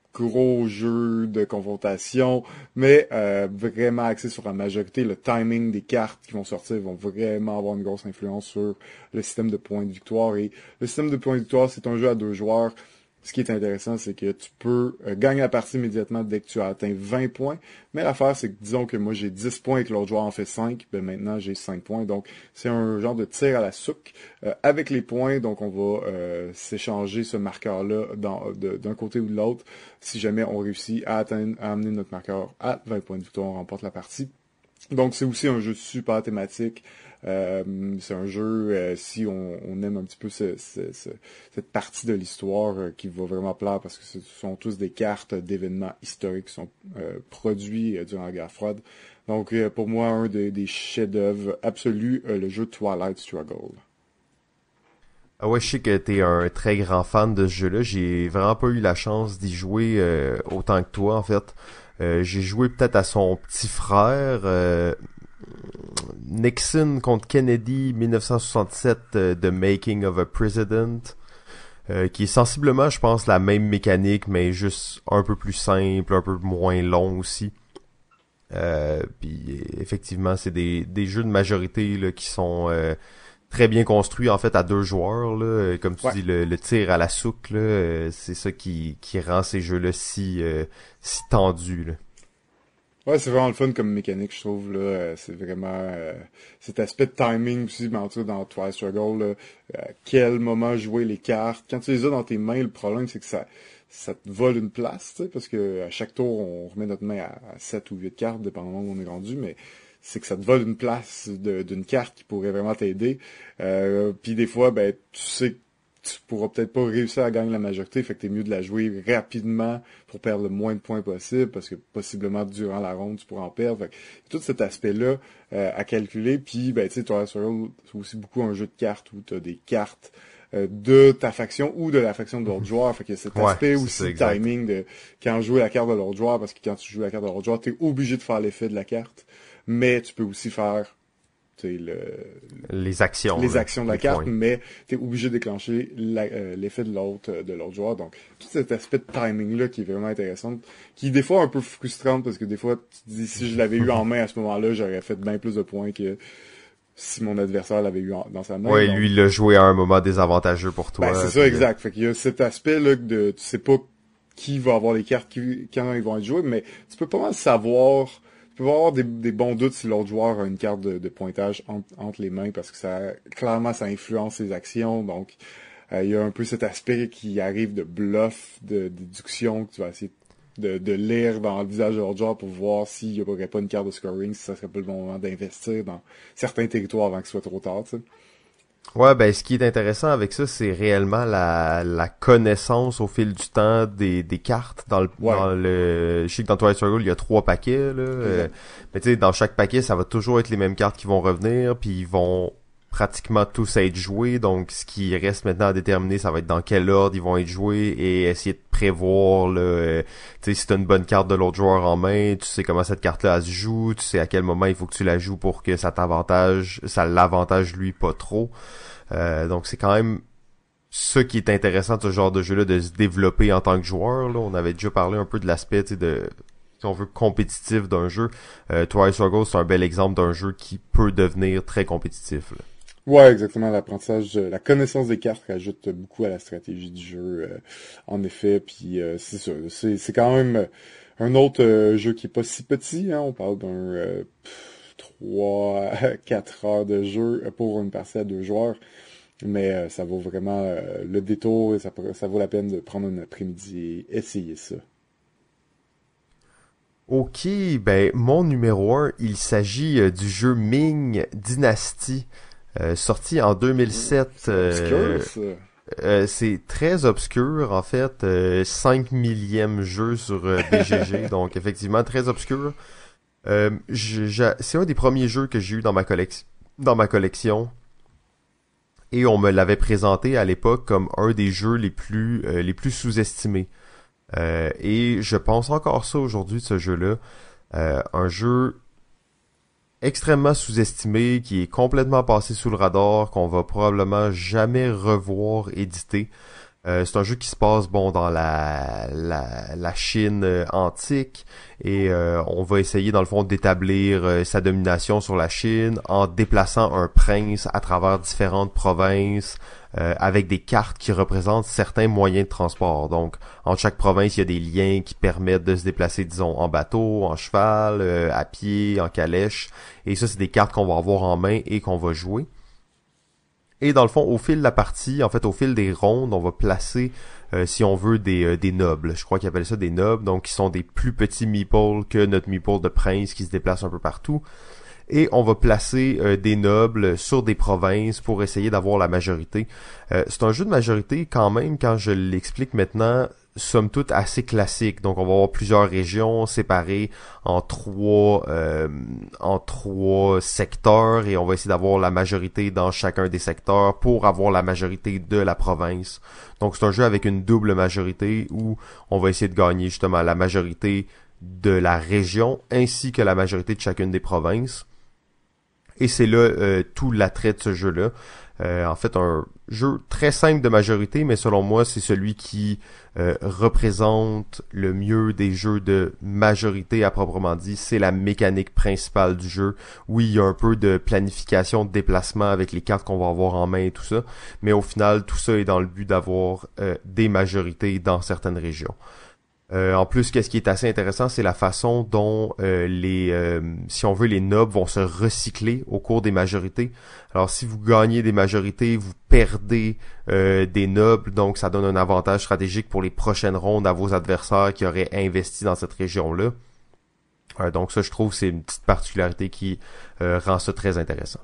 gros jeu de confrontation, mais euh, vraiment axé sur la majorité. Le timing des cartes qui vont sortir vont vraiment avoir une grosse influence sur le système de points de victoire. Et le système de points de victoire, c'est un jeu à deux joueurs. Ce qui est intéressant, c'est que tu peux euh, gagner la partie immédiatement dès que tu as atteint vingt points. Mais l'affaire, c'est que disons que moi j'ai dix points et que l'autre joueur en fait cinq, ben maintenant j'ai cinq points. Donc c'est un genre de tir à la souque euh, avec les points. Donc on va euh, s'échanger ce marqueur-là dans- de- d'un côté ou de l'autre. Si jamais on réussit à atteindre, à amener notre marqueur à vingt points de victoire, on remporte la partie. Donc c'est aussi un jeu super thématique. Euh, c'est un jeu, euh, si on, on aime un petit peu ce, ce- ce- cette partie de l'histoire euh, qui va vraiment plaire parce que ce sont tous des cartes d'événements historiques qui sont euh, produits euh, durant la guerre froide. Donc euh, pour moi, un des, des chefs-d'œuvre absolus, euh, le jeu Twilight Struggle. Ah ouais, je sais que t'es un très grand fan de ce jeu-là. J'ai vraiment pas eu la chance d'y jouer euh, autant que toi, en fait. Euh, j'ai joué peut-être à son petit frère, euh, Nixon contre Kennedy, dix-neuf cent soixante-sept, euh, The Making of a President, euh, qui est sensiblement, je pense, la même mécanique, mais juste un peu plus simple, un peu moins long aussi. Euh, puis effectivement, c'est des, des jeux de majorité là, qui sont euh, très bien construits en fait à deux joueurs. Là. Comme tu Ouais. dis, le, le tir à la souque, là, euh, c'est ça qui, qui rend ces jeux-là si, euh, si tendus. Là. Ouais, c'est vraiment le fun comme mécanique, je trouve, là. Euh, c'est vraiment euh, cet aspect de timing aussi, mais en tout cas, dans Twilight Struggle, là, euh, à quel moment jouer les cartes. Quand tu les as dans tes mains, le problème, c'est que ça, ça te vole une place, tu sais, parce que à chaque tour, on remet notre main à, à sept ou huit cartes, dépendamment où on est rendu, mais c'est que ça te vole une place de- d'une carte qui pourrait vraiment t'aider. Euh, puis des fois, ben, tu sais que tu pourras peut-être pas réussir à gagner la majorité, fait que t'es mieux de la jouer rapidement pour perdre le moins de points possible, parce que possiblement durant la ronde, tu pourras en perdre. Fait que tout cet aspect-là euh, à calculer, puis ben tu sais, Twilight Struggle, c'est aussi beaucoup un jeu de cartes où t'as des cartes euh, de ta faction ou de la faction de l'autre joueur. Fait que cet Ouais, aspect c'est aussi ça, de exact. timing de quand jouer la carte de l'autre joueur, parce que quand tu joues la carte de l'autre joueur, t'es obligé de faire l'effet de la carte, mais tu peux aussi faire tu sais, le, Les actions. les là, actions de la les carte, points. mais tu es obligé de déclencher la- euh, l'effet de l'autre euh, de l'autre joueur. Donc, tout cet aspect de timing-là qui est vraiment intéressant, qui est des fois un peu frustrant parce que des fois, tu te dis, si je l'avais eu en main à ce moment-là, j'aurais fait bien plus de points que si mon adversaire l'avait eu en- dans sa main. Ouais, Donc, lui, il l'a joué à un moment désavantageux pour toi. ben, c'est ça, puis, euh, exact. Fait qu'il y a cet aspect-là de, tu sais pas qui va avoir les cartes, qui, quand ils vont être joués, mais tu peux pas mal savoir, tu peux avoir des, des bons doutes si l'autre joueur a une carte de, de pointage entre, entre les mains parce que ça, clairement, ça influence ses actions. Donc, euh, il y a un peu cet aspect qui arrive de bluff, de déduction que tu vas essayer de, de lire dans le visage de l'autre joueur pour voir s'il n'y aurait pas une carte de scoring, si ça serait pas le bon moment d'investir dans certains territoires avant que ce soit trop tard, tu sais. Ouais, ben ce qui est intéressant avec ça, c'est réellement la, la connaissance au fil du temps des, des cartes. Dans le, Ouais. dans le, je sais que dans Twilight Struggle, il y a trois paquets, là. euh, Exact. mais tu sais, dans chaque paquet, ça va toujours être les mêmes cartes qui vont revenir, puis ils vont pratiquement tous être joués. Donc, ce qui reste maintenant à déterminer, ça va être dans quel ordre ils vont être joués et essayer de prévoir, là, euh, tu sais, si t'as une bonne carte de l'autre joueur en main, tu sais comment cette carte-là elle se joue, tu sais à quel moment il faut que tu la joues pour que ça t'avantage, ça l'avantage lui pas trop. Euh, donc c'est quand même ce qui est intéressant de ce genre de jeu-là, de se développer en tant que joueur. Là. On avait déjà parlé un peu de l'aspect, tu sais, de, si on veut, compétitif d'un jeu. Euh, Twilight Struggle, c'est un bel exemple d'un jeu qui peut devenir très compétitif. Là. Ouais, exactement. L'apprentissage, euh, la connaissance des cartes rajoute beaucoup à la stratégie du jeu, euh, en effet. Puis euh, c'est ça, c'est c'est quand même euh, un autre euh, jeu qui est pas si petit. Hein. On parle d'un euh, pff, trois à quatre heures de jeu pour une partie à deux joueurs. Mais euh, ça vaut vraiment euh, le détour et ça, ça vaut la peine de prendre un après-midi et essayer ça. Ok, ben mon numéro un, il s'agit euh, du jeu Ming Dynasty, euh, sorti en deux mille sept. C'est euh, obscur, ça. Euh, c'est très obscur en fait, euh, cinq millième jeu sur euh, B G G, donc effectivement très obscur. Euh, je- je- c'est un des premiers jeux que j'ai eu dans ma collection, dans ma collection, et on me l'avait présenté à l'époque comme un des jeux les plus euh, les plus sous-estimés. Euh, et je pense encore ça aujourd'hui de ce jeu-là, Euh, un jeu extrêmement sous-estimé, qui est complètement passé sous le radar, qu'on va probablement jamais revoir édité. Euh, c'est un jeu qui se passe bon dans la la, la Chine euh, antique et euh, on va essayer dans le fond d'établir euh, sa domination sur la Chine en déplaçant un prince à travers différentes provinces euh, avec des cartes qui représentent certains moyens de transport. Donc entre chaque province, il y a des liens qui permettent de se déplacer, disons, en bateau, en cheval, euh, à pied, en calèche. Et ça, c'est des cartes qu'on va avoir en main et qu'on va jouer. Et dans le fond, au fil de la partie, en fait, au fil des rondes, on va placer, euh, si on veut, des, euh, des nobles. Je crois qu'ils appellent ça des nobles, donc qui sont des plus petits meeples que notre meeple de prince qui se déplace un peu partout. Et on va placer euh, des nobles sur des provinces pour essayer d'avoir la majorité. Euh, c'est un jeu de majorité quand même, quand je l'explique maintenant, somme toute assez classique. Donc on va avoir plusieurs régions séparées en trois euh, en trois secteurs et on va essayer d'avoir la majorité dans chacun des secteurs pour avoir la majorité de la province. Donc c'est un jeu avec une double majorité où on va essayer de gagner justement la majorité de la région ainsi que la majorité de chacune des provinces. Et c'est là euh, tout l'attrait de ce jeu-là. Euh, en fait, un jeu très simple de majorité, mais selon moi, c'est celui qui euh, représente le mieux des jeux de majorité à proprement dit. C'est la mécanique principale du jeu. Oui, il y a un peu de planification de déplacement avec les cartes qu'on va avoir en main et tout ça, mais au final, tout ça est dans le but d'avoir euh, des majorités dans certaines régions. Euh, en plus, qu'est-ce qui est assez intéressant, c'est la façon dont euh, les, euh, si on veut, les nobles vont se recycler au cours des majorités. Alors, si vous gagnez des majorités, vous perdez euh, des nobles, donc ça donne un avantage stratégique pour les prochaines rondes à vos adversaires qui auraient investi dans cette région-là. Euh, donc ça, je trouve, c'est une petite particularité qui euh, rend ça très intéressant.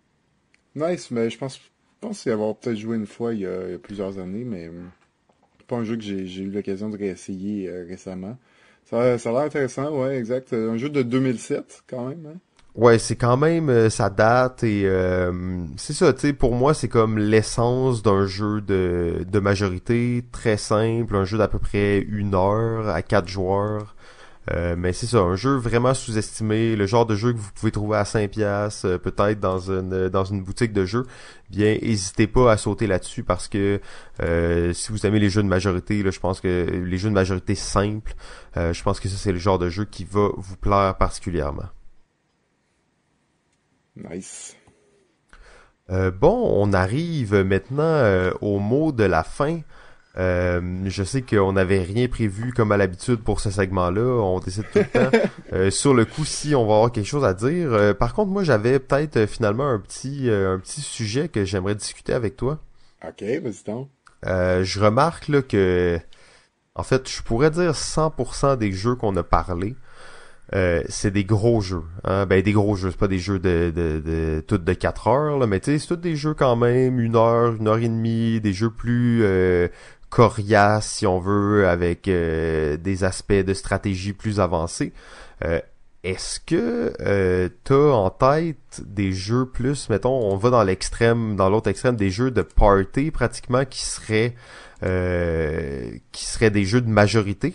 Nice, mais je pense, je pense y avoir peut-être joué une fois il y a, il y a plusieurs années, mais pas un jeu que j'ai j'ai eu l'occasion de réessayer euh, récemment. Ça, ça a l'air intéressant, ouais, exact. Un jeu de deux mille sept, quand même, hein? Ouais, c'est quand même, euh, ça date et euh, c'est ça, tu sais, pour moi, c'est comme l'essence d'un jeu de, de majorité, très simple, un jeu d'à peu près une heure à quatre joueurs. Euh, mais c'est ça, un jeu vraiment sous-estimé, le genre de jeu que vous pouvez trouver à cinq piastres, euh, peut-être dans une dans une boutique de jeux. Bien, hésitez pas à sauter là-dessus parce que euh, si vous aimez les jeux de majorité, là, je pense que les jeux de majorité simples, euh, je pense que ça c'est le genre de jeu qui va vous plaire particulièrement. Nice. Euh, bon, on arrive maintenant euh, au mot de la fin. Euh, je sais qu'on n'avait rien prévu comme à l'habitude pour ce segment-là. On décide tout le temps. Euh, sur le coup, si on va avoir quelque chose à dire. Euh, par contre, moi, j'avais peut-être euh, finalement un petit euh, un petit sujet que j'aimerais discuter avec toi. Ok, vas-y donc. Euh, je remarque là que, en fait, je pourrais dire cent pour cent des jeux qu'on a parlé. Euh, c'est des gros jeux, hein? Ben des gros jeux, c'est pas des jeux de de de toutes de quatre heures là, mais tu sais, c'est tous des jeux quand même une heure, une heure et demie, des jeux plus euh, coriaces si on veut, avec euh, des aspects de stratégie plus avancés. Euh, est-ce que euh, t'as en tête des jeux plus, mettons, on va dans l'extrême, dans l'autre extrême, des jeux de party pratiquement qui seraient euh, qui seraient des jeux de majorité?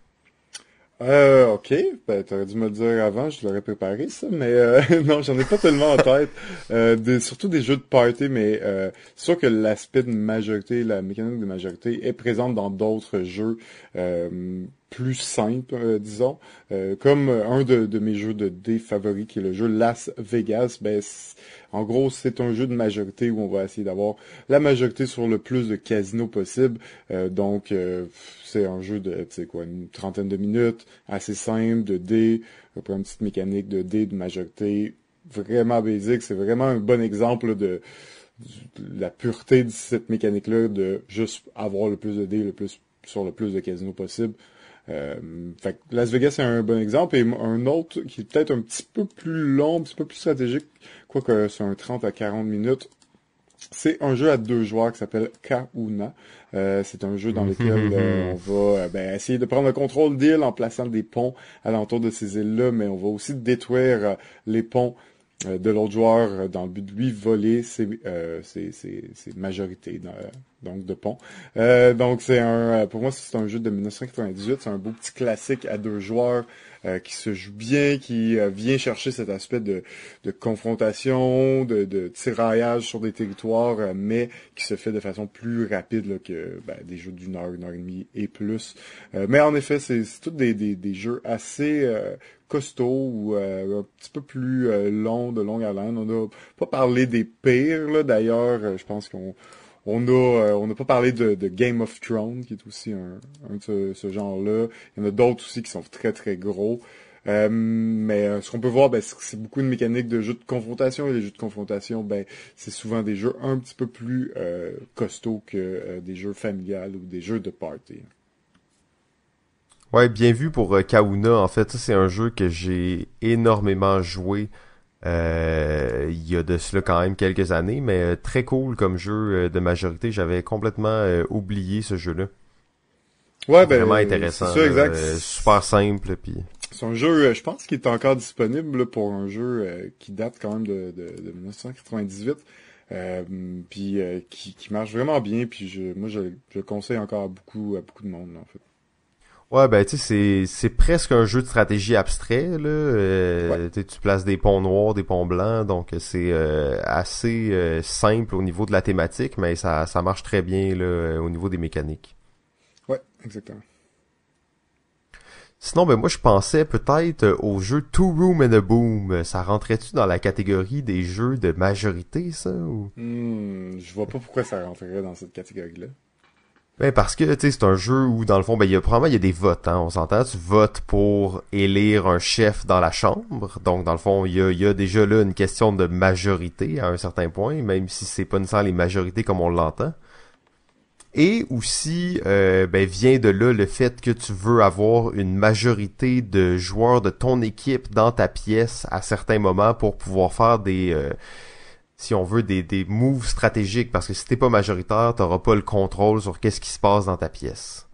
Euh, ok, ben t'aurais dû me le dire avant, je l'aurais préparé ça, mais euh, non, j'en ai pas tellement en tête. Euh, des, surtout des jeux de party, mais euh, c'est sûr que l'aspect de majorité, la mécanique de majorité est présente dans d'autres jeux euh, plus simples, euh, disons. Euh, comme un de, de mes jeux de dés favoris, qui est le jeu Las Vegas, ben c'est- en gros, c'est un jeu de majorité où on va essayer d'avoir la majorité sur le plus de casinos possible. Euh, donc, euh, c'est un jeu de, tu sais quoi, une trentaine de minutes, assez simple, de dés, après une petite mécanique de dés de majorité, vraiment basique. C'est vraiment un bon exemple de, de la pureté de cette mécanique-là, de juste avoir le plus de dés, le plus sur le plus de casinos possible. Euh, fait que Las Vegas c'est un bon exemple et un autre qui est peut-être un petit peu plus long, un petit peu plus stratégique, quoique c'est un trente à quarante minutes. C'est un jeu à deux joueurs qui s'appelle Kahuna. Euh, c'est un jeu dans lequel euh, on va euh, ben, essayer de prendre le contrôle d'îles en plaçant des ponts alentour de ces îles-là, mais on va aussi détruire euh, les ponts euh, de l'autre joueur euh, dans le but de lui voler ses, euh, ses, ses, ses majorités, dans, donc de pont. Euh, donc c'est un, pour moi c'est un jeu de dix-neuf cent quatre-vingt-dix-huit, c'est un beau petit classique à deux joueurs euh, qui se joue bien, qui euh, vient chercher cet aspect de, de confrontation, de, de tiraillage sur des territoires, euh, mais qui se fait de façon plus rapide là, que ben, des jeux d'une heure, une heure et demie et plus. Euh, mais en effet, c'est, c'est tous des, des, des jeux assez euh, costauds ou euh, un petit peu plus euh, longs, de longue haleine. On n'a pas parlé des pires, là, d'ailleurs, euh, je pense qu'on On a, euh, on n'a pas parlé de, de Game of Thrones, qui est aussi un, un de ce, ce genre-là. Il y en a d'autres aussi qui sont très très gros. Euh, mais euh, ce qu'on peut voir, ben, c'est, c'est beaucoup de mécaniques de jeux de confrontation. Et les jeux de confrontation, ben, c'est souvent des jeux un petit peu plus euh, costauds que euh, des jeux familiales ou des jeux de party. Ouais, bien vu pour euh, Kauna. En fait, ça c'est un jeu que j'ai énormément joué. Euh, il y a de cela quand même quelques années, mais euh, très cool comme jeu euh, de majorité. J'avais complètement euh, oublié ce jeu-là. Ouais, ben, Vraiment intéressant. c'est ça, exact. Là, euh, super simple, puis. C'est un jeu, euh, je pense qu'il est encore disponible là, pour un jeu euh, qui date quand même de, de, de dix-neuf cent quatre-vingt-dix-huit, euh, puis euh, qui, qui marche vraiment bien. Puis je, moi, je, je le conseille encore à beaucoup, à beaucoup de monde, là, en fait. Ouais, ben tu sais, c'est c'est presque un jeu de stratégie abstrait, là. Euh, Ouais. tu sais, tu places des ponts noirs, des ponts blancs, donc c'est euh, assez euh, simple au niveau de la thématique, mais ça ça marche très bien là euh, au niveau des mécaniques. Ouais, exactement. Sinon, ben moi je pensais peut-être euh, au jeu Two Room and a Boom. Ça rentrait-tu dans la catégorie des jeux de majorité, ça, ou? Hmm, je vois pas pourquoi ça rentrerait dans cette catégorie-là. Ben parce que tu sais c'est un jeu où dans le fond ben il y a probablement il y a des votes, hein, on s'entend, tu votes pour élire un chef dans la chambre. Donc dans le fond, il y a il y a déjà là une question de majorité à un certain point, même si c'est pas nécessairement les majorités comme on l'entend. Et aussi euh, ben vient de là le fait que tu veux avoir une majorité de joueurs de ton équipe dans ta pièce à certains moments pour pouvoir faire des euh, si on veut, des, des moves stratégiques, parce que si t'es pas majoritaire, t'auras pas le contrôle sur qu'est-ce qui se passe dans ta pièce.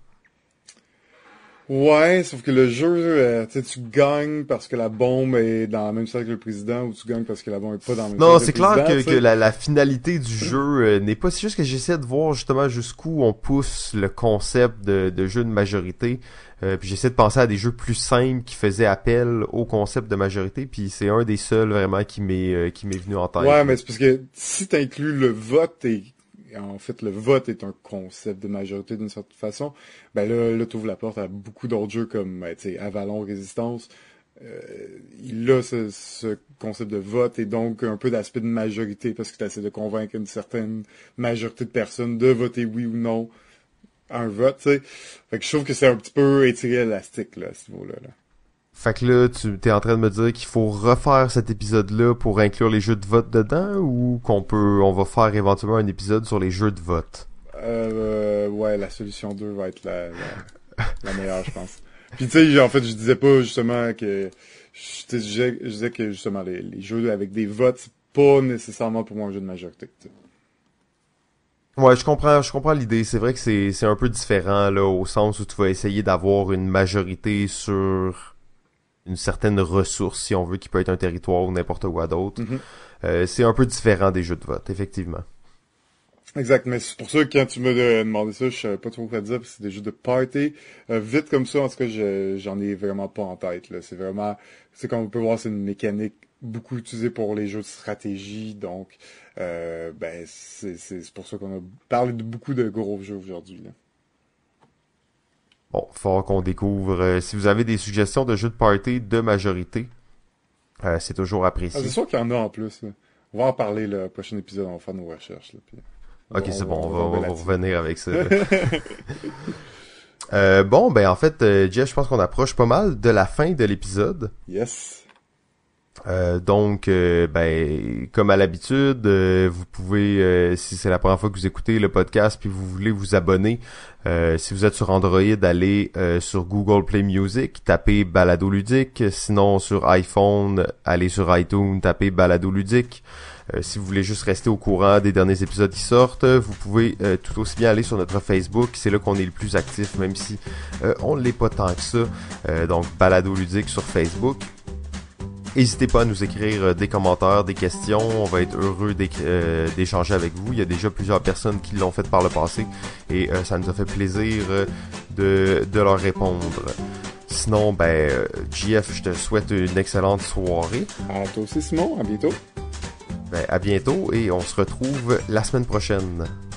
Ouais, sauf que le jeu, euh, tu sais, tu gagnes parce que la bombe est dans la même salle que le président, ou tu gagnes parce que la bombe est pas dans la même Non, salle c'est que le clair président, que, tu que sais. la, la finalité du jeu euh, n'est pas... C'est juste que j'essaie de voir justement jusqu'où on pousse le concept de, de jeu de majorité. Euh, puis j'essaie de penser à des jeux plus simples qui faisaient appel au concept de majorité, puis c'est un des seuls vraiment qui m'est euh, qui m'est venu en tête. Ouais, mais c'est parce que si t'inclus le vote et en fait le vote est un concept de majorité d'une certaine façon, ben là, là t'ouvres la porte à beaucoup d'autres jeux comme ben, tu sais, Avalon Résistance. Euh, il a ce, ce concept de vote et donc un peu d'aspect de majorité parce que tu essaies de convaincre une certaine majorité de personnes de voter oui ou non à un vote, tu sais. Fait que je trouve que c'est un petit peu étiré élastique là, à ce niveau-là. Là. Fait que là, tu t'es en train de me dire qu'il faut refaire cet épisode-là pour inclure les jeux de vote dedans, ou qu'on peut, on va faire éventuellement un épisode sur les jeux de vote? Euh, ouais, la solution deux va être la, la, la meilleure, je pense. Puis tu sais, en fait, je disais pas justement que... Je, tu sais, je, disais- je disais que justement, les, les jeux avec des votes, c'est pas nécessairement pour moi un jeu de majorité. Tu sais. Ouais, je comprends, je comprends l'idée. C'est vrai que c'est, c'est un peu différent, là, au sens où tu vas essayer d'avoir une majorité sur une certaine ressource, si on veut, qui peut être un territoire ou n'importe quoi d'autre. Mhm. Euh, c'est un peu différent des jeux de vote, effectivement. Exact, mais c'est pour ça que quand tu m'as de- demandé ça, je savais pas trop quoi dire, parce que c'est des jeux de party. Euh, vite comme ça, en tout cas, je, j'en ai vraiment pas en tête, là. C'est vraiment, c'est comme on peut voir, c'est une mécanique beaucoup utilisée pour les jeux de stratégie, donc, euh, ben, c'est, c'est, c'est pour ça qu'on a parlé de beaucoup de gros jeux aujourd'hui, là. Bon, fort qu'on découvre. Euh, si vous avez des suggestions de jeux de party de majorité, euh, c'est toujours Ah, c'est apprécié. sûr qu'il y en a en plus, là. On va en parler, le prochain épisode, on va faire nos recherches, là, puis on Ok, va- c'est on bon, on va, tomber on va là-dessus. revenir avec ça. Euh, bon, ben en fait, euh, Jeff, je pense qu'on approche pas mal de la fin de l'épisode. Yes. Euh, donc, euh, ben, comme à l'habitude, euh, vous pouvez, euh, si c'est la première fois que vous écoutez le podcast, puis vous voulez vous abonner, euh, si vous êtes sur Android, allez euh, sur Google Play Music, tapez Balado Ludique. Sinon, sur iPhone, allez sur iTunes, tapez Balado Ludique. Euh, si vous voulez juste rester au courant des derniers épisodes qui sortent, vous pouvez euh, tout aussi bien aller sur notre Facebook. C'est là qu'on est le plus actif, même si euh, on ne l'est pas tant que ça. Euh, donc, Balado Ludique sur Facebook. N'hésitez pas à nous écrire euh, des commentaires, des questions. On va être heureux euh, d'échanger avec vous. Il y a déjà plusieurs personnes qui l'ont fait par le passé et euh, ça nous a fait plaisir euh, de, de leur répondre. Sinon, ben, euh, J F, je te souhaite une excellente soirée. À toi aussi, Simon. À bientôt. Ben, à bientôt et on se retrouve la semaine prochaine.